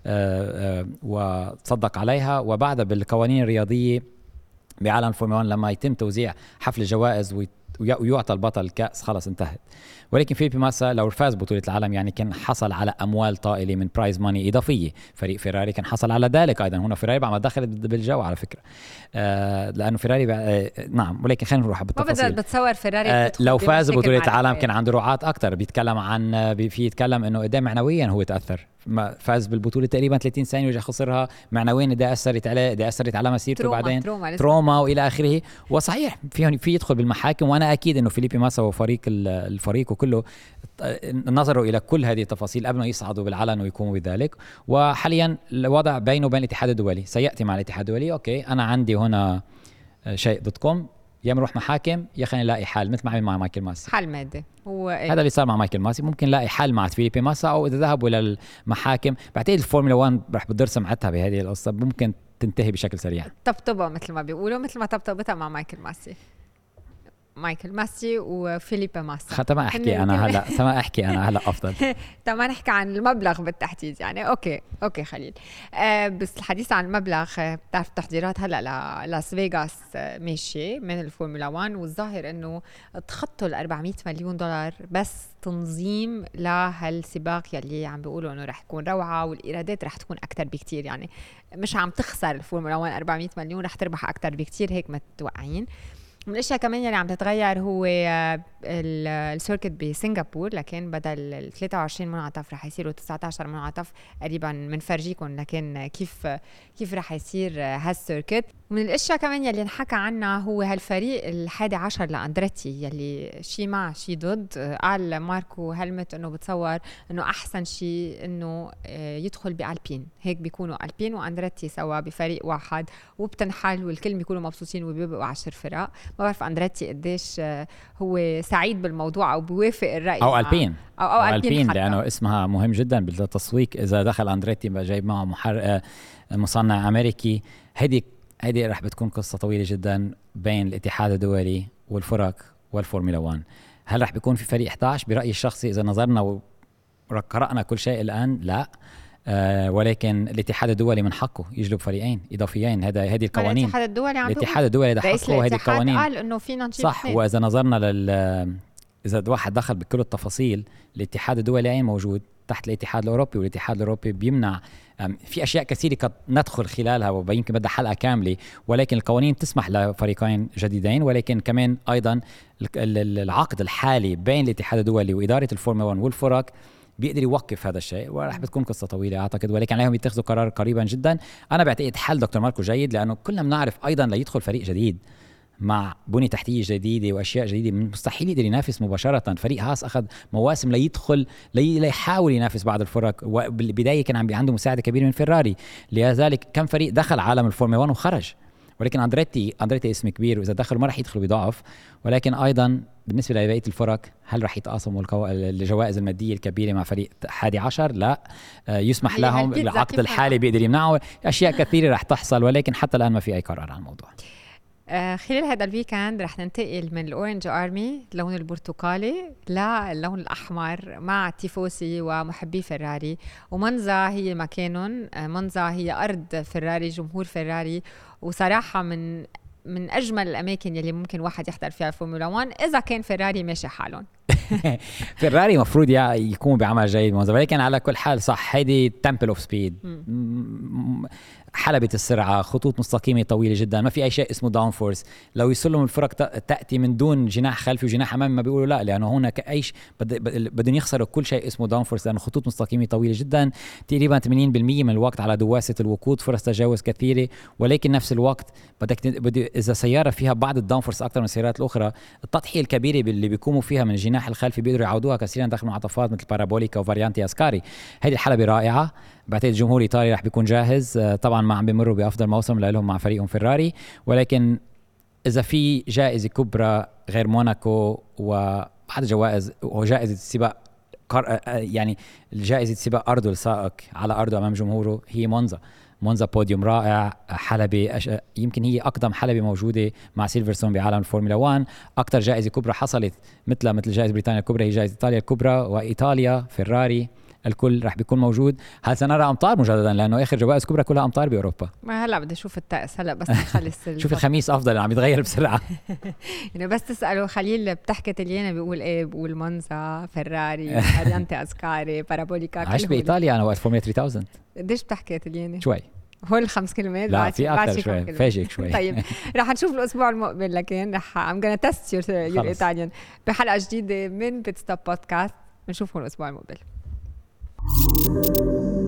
[SPEAKER 2] وتصدق عليها، وبعدها بالقوانين الرياضية بعالم الفورمولا 1 لما يتم توزيع حفل الجوائز ويعطى البطل الكأس خلص انتهت. ولكن فيليبي ماسا لو فاز بطولة العالم يعني كان حصل على أموال طائلة من برايز ماني إضافية. فريق فيراري كان حصل على ذلك أيضا. هنا فيراري بعد ما دخلت بالجو على فكرة لأنه فيراري نعم. ولكن خلينا نروح بالتفاصيل.
[SPEAKER 1] ما بتصور فيراري
[SPEAKER 2] لو فاز بطولة العالم كان عنده رعاة أكتر. بيتكلم عن يتكلم إنه قدام معنويا هو تأثر. ما فاز بالبطولة تقريبا 30 سنة ورجع خسرها معنويا. ده أثرت على مسيرته بعدين تروما وإلى آخره. وصحيح في يدخل بالمحاكم. وأنا أكيد إنه فيليبي ماسا وفريق الفريق وكله نظروا إلى كل هذه التفاصيل قبل ما يصعدوا بالعلن ويقوموا بذلك. وحاليا الوضع بينه وبين الاتحاد الدولي سيأتي مع الاتحاد الدولي. أوكي أنا عندي هنا شيء ضدكم، يا نروح محاكم يا خلينا نلاقي حل مثل ما عمل مع مايكل ماسي.
[SPEAKER 1] حل مادي هو
[SPEAKER 2] هذا اللي صار مع مايكل ماسي. ممكن نلاقي حل مع فيليبي ماسا، او اذا ذهبوا الى المحاكم بعتقد الفورمولا 1 رح بتضر سمعتها بهذه القصه، ممكن تنتهي بشكل سريع.
[SPEAKER 1] طبطبه مثل ما بيقولوا، مثل ما طبطبتها مع مايكل ماسي وفيليبي ماسا.
[SPEAKER 2] تما احكي انا هلا افضل.
[SPEAKER 1] تما نحكي عن المبلغ بالتحديد يعني. اوكي خليل. بس الحديث عن المبلغ، بتعرف التحضيرات هلا لاس فيغاس ماشيه من الفورمولا 1، والظاهر انه تخطوا ال 400 مليون دولار بس تنظيم لهالسباق يلي عم بيقولوا انه رح يكون روعه، والايرادات رح تكون اكثر بكتير. يعني مش عم تخسر الفورمولا 1 400 مليون، رح تربح اكثر بكتير، هيك متوقعين. من الاشياء كمان يلي عم تتغير هو السيركت بسنغافور، لكن بدل 23 منعطف رح يصيروا 19 منعطف قريبا. منفرجيكم لكن كيف رح يصير هالسيركت. ومن الاشياء كمان يلي نحكى عنها هو هالفريق الحادي عشر لاندريتي يلي شي مع شي ضد. قال ماركو هلمت انه بتصور انه احسن شيء انه يدخل بالبين، هيك بيكونوا البين واندريتي سوا بفريق واحد وبتنحل والكل بيكونوا مبسوطين وبيبقوا 10 فرق. ما بعرف اندريتي قديش هو سعيد بالموضوع او بيوافق الراي،
[SPEAKER 2] او البين
[SPEAKER 1] او
[SPEAKER 2] البين لانه اسمها مهم جدا بالتسويق. اذا دخل اندريتي جايب معه مصنع امريكي، هيدي رح بتكون قصه طويله جدا بين الاتحاد الدولي والفرق والفورمولا 1. هل رح بيكون في فريق 11؟ برايي الشخصي اذا نظرنا وقرأنا كل شيء الان لا، ولكن الاتحاد الدولي من حقه يجلب فريقين اضافيين. هذه القوانين. الاتحاد الدولي ده حقه، هذه القوانين
[SPEAKER 1] قال انه فينا نجيب
[SPEAKER 2] صح. واذا نظرنا اذا واحد دخل بكل التفاصيل، الاتحاد الدولي موجود تحت الاتحاد الاوروبي، والاتحاد الاوروبي بيمنع في اشياء كثيره قد ندخل خلالها ويمكن بدها حلقه كامله، ولكن القوانين تسمح لفريقين جديدين. ولكن كمان ايضا العقد الحالي بين الاتحاد الدولي واداره الفورمولا 1 والفرق بيقدر يوقف هذا الشيء، وراح بتكون قصة طويلة أعتقد، ولكن عليهم يتخذوا قرار قريبا جدا. أنا بعتقد حل دكتور ماركو جيد، لأنه كلنا بنعرف أيضا ليدخل فريق جديد مع بنية تحتية جديدة وأشياء جديدة مستحيل يقدر ينافس مباشرة. فريق هاس أخذ مواسم ليدخل ليحاول ينافس بعض الفرق، وبالبداية كان عنده مساعدة كبيرة من فيراري. لذلك كم فريق دخل عالم الفورمولا 1 وخرج، ولكن أندريتي اسم كبير، وإذا دخلوا ما راح يدخلوا بضعف. ولكن أيضا بالنسبة لبقية الفرق، هل راح يتقاسموا الجوائز المادية الكبيرة مع فريق 11؟ لا، يسمح لهم. العقد الحالي بيقدر يمنعه. أشياء كثيرة راح تحصل، ولكن حتى الآن ما في أي قرار عن الموضوع.
[SPEAKER 1] خلال هذا الويكند رح ننتقل من الأورنج آرمي اللون البرتقالي للون الأحمر مع تيفوسي ومحبي فيراري. ومنزا هي مكانهم، منزا هي أرض فيراري، جمهور فيراري، وصراحة من أجمل الأماكن يلي ممكن واحد يحضر فيها الفورمولا 1 إذا كان فيراري ماشي حالهم.
[SPEAKER 2] فيراري مفروض يكون بعمل جيد، ولكن على كل حال صح، هيدي تمبل اوف سبيد، حلبة السرعة، خطوط مستقيمة طويلة جدا، ما في أي شيء اسمه داون فورس. لو يصلهم الفرق تأتي من دون جناح خلفي وجناح أمامي ما بيقولوا لا، لأنه هنا كأيش بدهم يخسروا كل شيء اسمه داون فورس، لأنه خطوط مستقيمة طويلة جدا. تقريبا 80% من الوقت على دواسة الوقود، فرص تجاوز كثيرة. ولكن نفس الوقت إذا سيارة فيها بعض الداون فورس أكثر من السيارات الأخرى، التضحية الكبيرة اللي بيقوموا فيها من الجناح الخلفي بيقدروا يعودوها كثيرا داخل منعطفات مثل بارابوليكا وفاريانتي أسكاري. هذه الحلبة رائعة. بعتقد الجمهور الإيطالي رح بيكون جاهز. طبعا ما عم بيمروا بأفضل موسم لهم مع فريقهم فيراري، ولكن إذا في جائزة كبرى غير موناكو وبعض الجوائز وجائزة السباق، يعني الجائزة سباق أرضه السائق على أرضه أمام جمهوره، هي مونزا بوديوم رائع، حلبة يمكن هي أقدم حلبة موجودة مع سيلفرستون بعالم الفورمولا 1. أكثر جائزة كبرى حصلت مثل جائزة بريطانيا الكبرى هي جائزة إيطاليا الكبرى، وإيطاليا فيراري الكل رح بيكون موجود. هل سنرى أمطار مجددا لأنه آخر جوائز كبرى كلها أمطار بأوروبا؟
[SPEAKER 1] ما هلا بدي أشوف الطقس هلا بس نخلص
[SPEAKER 2] شوف الخميس أفضل عم يتغير بسرعة.
[SPEAKER 1] يعني بس تسأله خليل بتحكي تليانة بيقول إيه؟ بيقول مونزا، فيراري، أريانتي أسكاري، بارابوليكا.
[SPEAKER 2] عشت بإيطاليا أنا وقت فورمولا 3000.
[SPEAKER 1] قديش بتحكي تليانة؟
[SPEAKER 2] شوي.
[SPEAKER 1] هو الخمس كلمات؟
[SPEAKER 2] لا في أكثر شوي، فاجئك شوي.
[SPEAKER 1] طيب رح نشوف الأسبوع المقبل، لكن رح I'm gonna test your Italian بحلقة جديدة من بيت ستوب بودكاست. بنشوفكم الأسبوع المقبل.